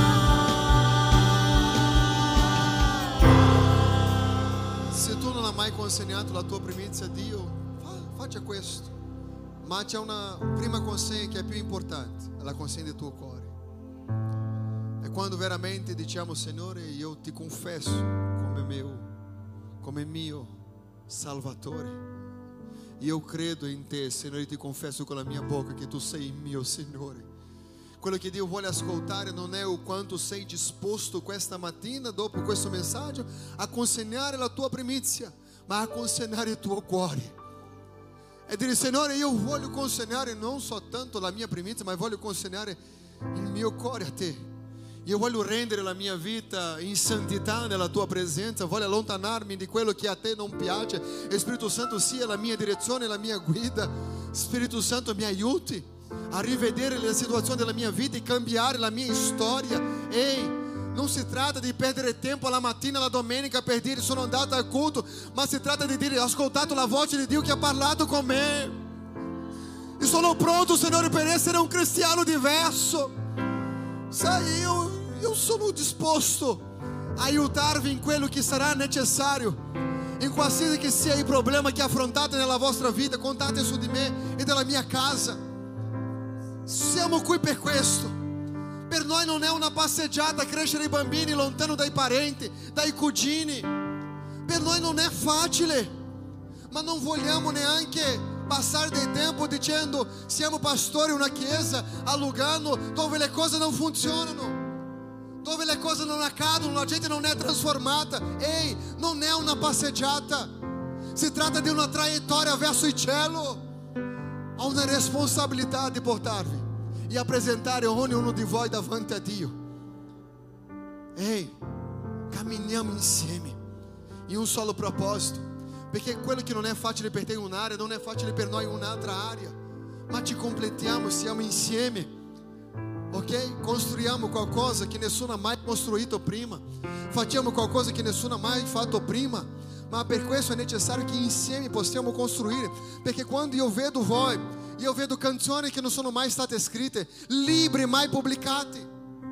Se tu non hai mai consegnato la tua primizia a Dio, fa- faccia questo. Ma c'è una prima consegna che è più importante, è la consegna del tuo cuore. È quando veramente diciamo: Signore, io ti confesso come mio, come mio Salvatore. Io credo in te, Signore, ti confesso con la mia bocca che tu sei il mio Signore. Quello che Dio vuole ascoltare non è o quanto sei disposto questa mattina, dopo questo messaggio, a consegnare la tua primizia, ma a consegnare il tuo cuore. E dire: Signore, io voglio consegnare non soltanto la mia primizia, ma voglio consegnare il mio cuore a te. Io voglio rendere la mia vita in santità nella tua presenza, voglio allontanarmi di quello che a te non piace. E Spirito Santo sia la mia direzione, la mia guida. Spirito Santo mi aiuti a rivedere le situazioni della mia vita e cambiare la mia storia. Ehi, non si tratta di perdere tempo alla mattina, alla domenica per dire sono andato al culto, ma si tratta di dire: ho ascoltato la voce di Dio che ha parlato con me e sono pronto, Signore, per essere un cristiano diverso. Sai, io, io sono disposto a aiutarvi in quello che sarà necessario. In qualsiasi che sia il problema che affrontate nella vostra vita, contate su di me e della mia casa. Siamo qui per questo. Per noi non è una passeggiata crescere i bambini lontano dai parenti, dai cugini. Per noi non è facile, ma non vogliamo neanche passare del tempo dicendo siamo pastori in una chiesa a Lugano dove le cose non funzionano, dove le cose non accadono, la gente non è trasformata. Ehi, non è una passeggiata, si tratta di una traiettoria verso il cielo. Ho una responsabilità di portarvi e a presentare ognuno di voi davanti a Dio. Ehi, camminiamo insieme in un solo proposito, perché quello che non è facile per te in un'area non è facile per noi in un'altra area, ma ci completiamo, siamo insieme, ok? Costruiamo qualcosa che nessuno ha mai costruito prima, facciamo qualcosa che nessuno ha mai fatto prima, ma per questo è necessario che insieme possiamo costruire, perché quando io vedo voi, io vedo canzoni che non sono mai state scritte, libri mai pubblicati,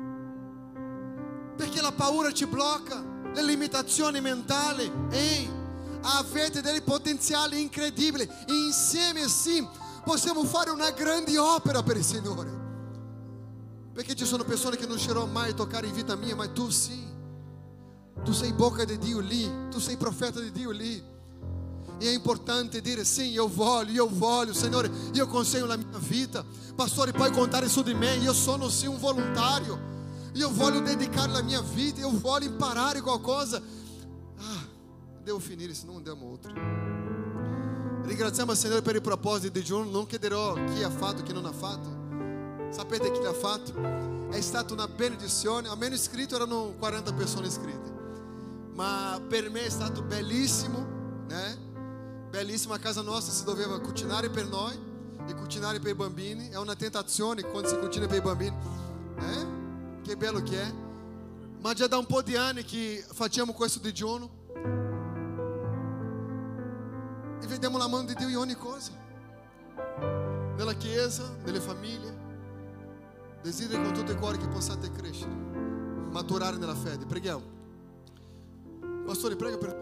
perché la paura ci blocca, le limitazioni mentali. Ehi, avete dei potenziali incredibili, insieme sì possiamo fare una grande opera per il Signore, perché ci sono persone che non riusciranno mai a toccare in vita mia, ma tu sì, tu sei bocca di Dio lì, tu sei profeta di Dio lì, e è importante dire sì, io voglio, io voglio, Signore, io consegno la mia vita, pastore puoi contare su di me, io sono sì un volontario, io voglio dedicare la mia vita, io voglio imparare qualcosa. Ah, devo finire, senão andiamo oltre. Ringraziamo il Signore per i propositi di giorno. Non chiederò chi ha fatto, chi non ha fatto. Sapete chi l'ha fatto? È stata una benedizione. A meno iscritto erano quaranta persone iscritte, ma per me è stato bellissimo, né? Bellissimo. A casa nostra si doveva cucinare per noi e cucinare per i bambini. È una tentazione quando si cucina per i bambini, eh? Che bello che è. Ma già da un po' di anni che facciamo questo digiuno e vediamo la mano di Dio in ogni cosa, nella chiesa, nelle famiglie. Desidero con tutto il cuore che possiate crescere, maturare nella fede. Preghiamo. Pastore, prega per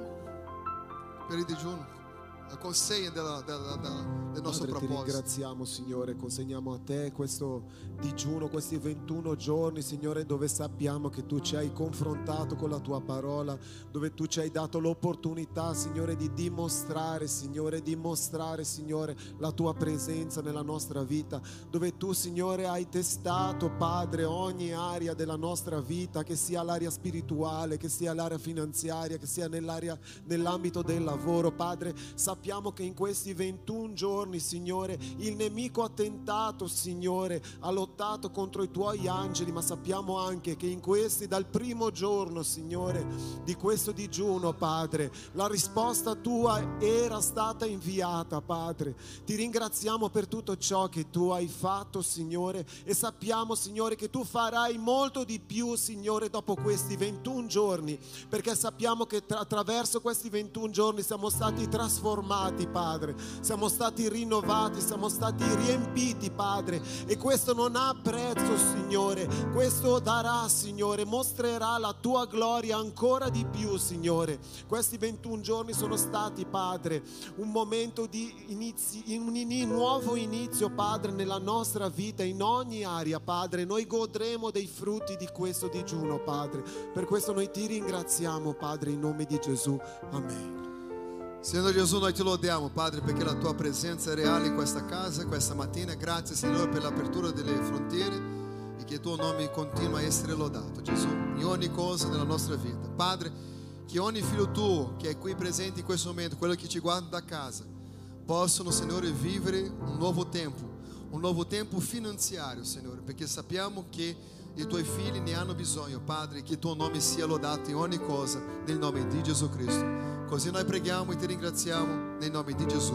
noi, per il digiuno, la consegna della, della, della, del nostro Padre, proposito. ti ringraziamo, Signore, consegniamo a te questo digiuno, questi ventuno giorni, Signore, dove sappiamo che tu ci hai confrontato con la tua parola, dove tu ci hai dato l'opportunità, Signore, di dimostrare, Signore, dimostrare, Signore, la tua presenza nella nostra vita, dove tu, Signore, hai testato, Padre, ogni area della nostra vita, che sia l'area spirituale, che sia l'area finanziaria, che sia nell'area, nell'ambito del lavoro, Padre. Sappiamo che in questi ventuno giorni, Signore, il nemico ha tentato, Signore, ha lottato contro i tuoi angeli, ma sappiamo anche che in questi, dal primo giorno, Signore, di questo digiuno, Padre, la risposta tua era stata inviata, Padre. Ti ringraziamo per tutto ciò che tu hai fatto, Signore, e sappiamo, Signore, che tu farai molto di più, Signore, dopo questi ventuno giorni, perché sappiamo che tra- attraverso questi ventuno giorni siamo stati trasformati, Padre, siamo stati rinnovati, siamo stati riempiti, Padre, e questo non ha prezzo, Signore. Questo darà, Signore, mostrerà la tua gloria ancora di più, Signore. Questi ventuno giorni sono stati, Padre, un momento di inizi, un in, nuovo inizio, Padre, nella nostra vita, in ogni area, Padre. Noi godremo dei frutti di questo digiuno, Padre. Per questo noi ti ringraziamo, Padre, in nome di Gesù. Amen. Signore Gesù, noi ti lodiamo, Padre, perché la tua presenza è reale in questa casa, questa mattina. Grazie, Signore, per l'apertura delle frontiere e che il tuo nome continua a essere lodato, Gesù, in ogni cosa nella nostra vita. Padre, che ogni figlio tuo che è qui presente in questo momento, quello che ci guarda da casa, possano, Signore, vivere un nuovo tempo, un nuovo tempo finanziario, Signore, perché sappiamo che i tuoi figli ne hanno bisogno, Padre, che il tuo nome sia lodato in ogni cosa, nel nome di Gesù Cristo. Così noi preghiamo e ti ringraziamo nel nome di Gesù.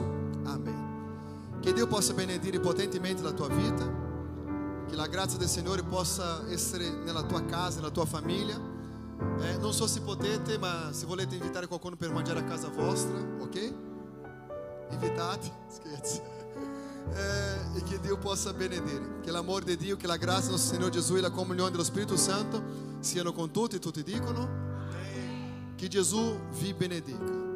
Amen. Che Dio possa benedire potentemente la tua vita, che la grazia del Signore possa essere nella tua casa, nella tua famiglia. Eh, non so se potete, ma se volete invitare qualcuno per mangiare a casa vostra, ok? Invitate, scherzi. Eh, e che Dio possa benedire. Che l'amore di Dio, che la grazia del nostro Signore Gesù e la comunione dello Spirito Santo siano con tutti e tutti dicono. Che Gesù vi benedica.